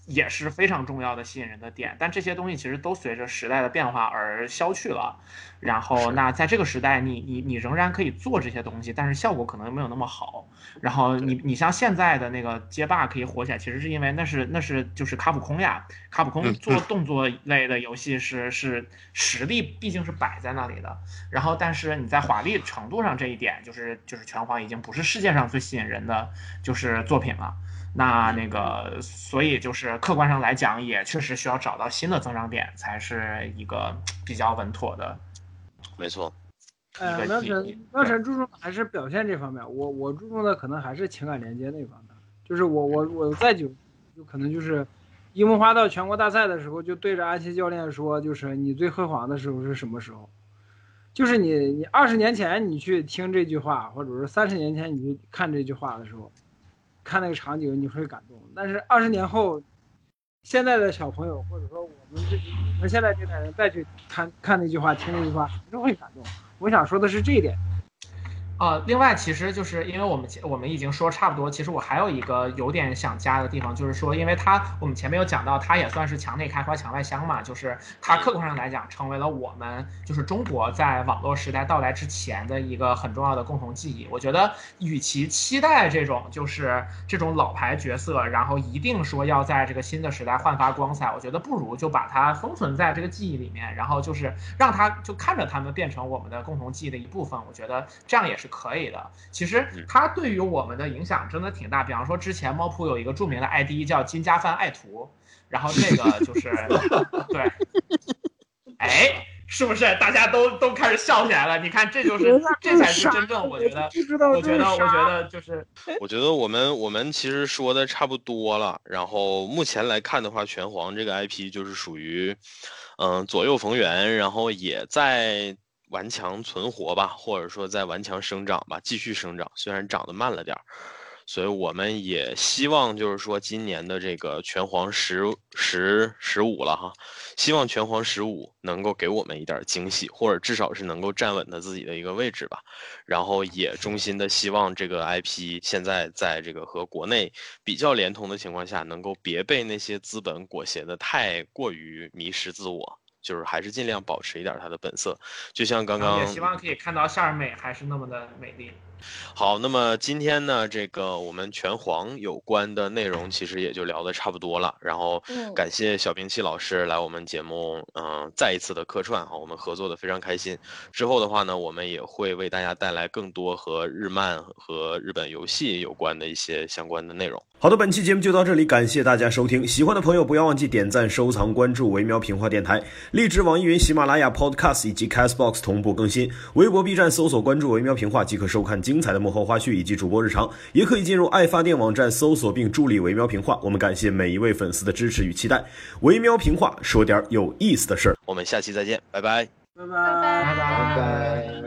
也是非常重要的吸引人的点，但这些东西其实都随着时代的变化而消去了。然后那在这个时代你仍然可以做这些东西，但是效果可能没有那么好。然后你像现在的那个街霸可以火起来，其实是因为那是就是卡普空呀，卡普空做动作类的游戏是实力毕竟是摆在那里的。然后但是你在华丽程度上这一点，就是拳皇已经不是世界上最吸引人的就是作品了。那个，所以就是客观上来讲，也确实需要找到新的增长点，才是一个比较稳妥的。 没错。 乐神注重还是表现这方面，我注重的可能还是情感连接那方面。就是我再就可能就是樱木花道全国大赛的时候，就对着安琪教练说，就是你最辉煌的时候是什么时候？就是你20年前你去听这句话，或者是30年前你去看这句话的时候。看那个场景你会感动，但是20年后，现在的小朋友或者说我们现在这代人再去看那句话，听那句话，还是会感动。我想说的是这一点。 另外其实就是因为我们已经说差不多，其实我还有一个有点想加的地方，就是说因为我们前面有讲到，它也算是墙内开花墙外香嘛，就是它客观上来讲成为了我们就是中国在网络时代到来之前的一个很重要的共同记忆。我觉得与其期待这种就是这种老牌角色，然后一定说要在这个新的时代焕发光彩，我觉得不如就把它封存在这个记忆里面，然后就是让它就看着他们变成我们的共同记忆的一部分，我觉得这样也是可以的。其实它对于我们的影响真的挺大，比方说之前猫扑有一个著名的 ID 叫金家饭爱徒，然后这个就是对，哎，是不是大家都开始笑起来了？你看这才是真正我觉得就是我觉得我们其实说的差不多了，然后目前来看的话，拳皇这个 IP 就是属于左右逢源，然后也在顽强存活吧，或者说在顽强生长吧，继续生长，虽然长得慢了点，所以我们也希望就是说今年的这个拳皇15了哈，希望拳皇15能够给我们一点惊喜，或者至少是能够站稳他自己的一个位置吧。然后也衷心的希望这个 IP 现在在这个和国内比较连通的情况下，能够别被那些资本裹挟的太过于迷失自我。就是还是尽量保持一点它的本色，就像刚刚也希望可以看到夏尔美还是那么的美丽。 好，那么今天呢，这个我们拳皇有关的内容其实也就聊得差不多了。然后感谢小兵器老师来我们节目，再一次的客串哈，我们合作的非常开心。之后的话呢，我们也会为大家带来更多和日漫和日本游戏有关的一些相关的内容。 好的，本期节目就到这里，感谢大家收听。喜欢的朋友不要忘记点赞、收藏、关注维喵评话电台，荔枝、网易云、喜马拉雅 Podcast 以及 Castbox 同步更新。微博、B 站搜索关注维喵评话即可收看精彩的幕后花絮以及主播日常，也可以进入爱发电网站搜索并助力维喵评话。我们感谢每一位粉丝的支持与期待。维喵评话，说点有意思的事儿。 我们下期再见，拜拜， 拜拜，拜拜。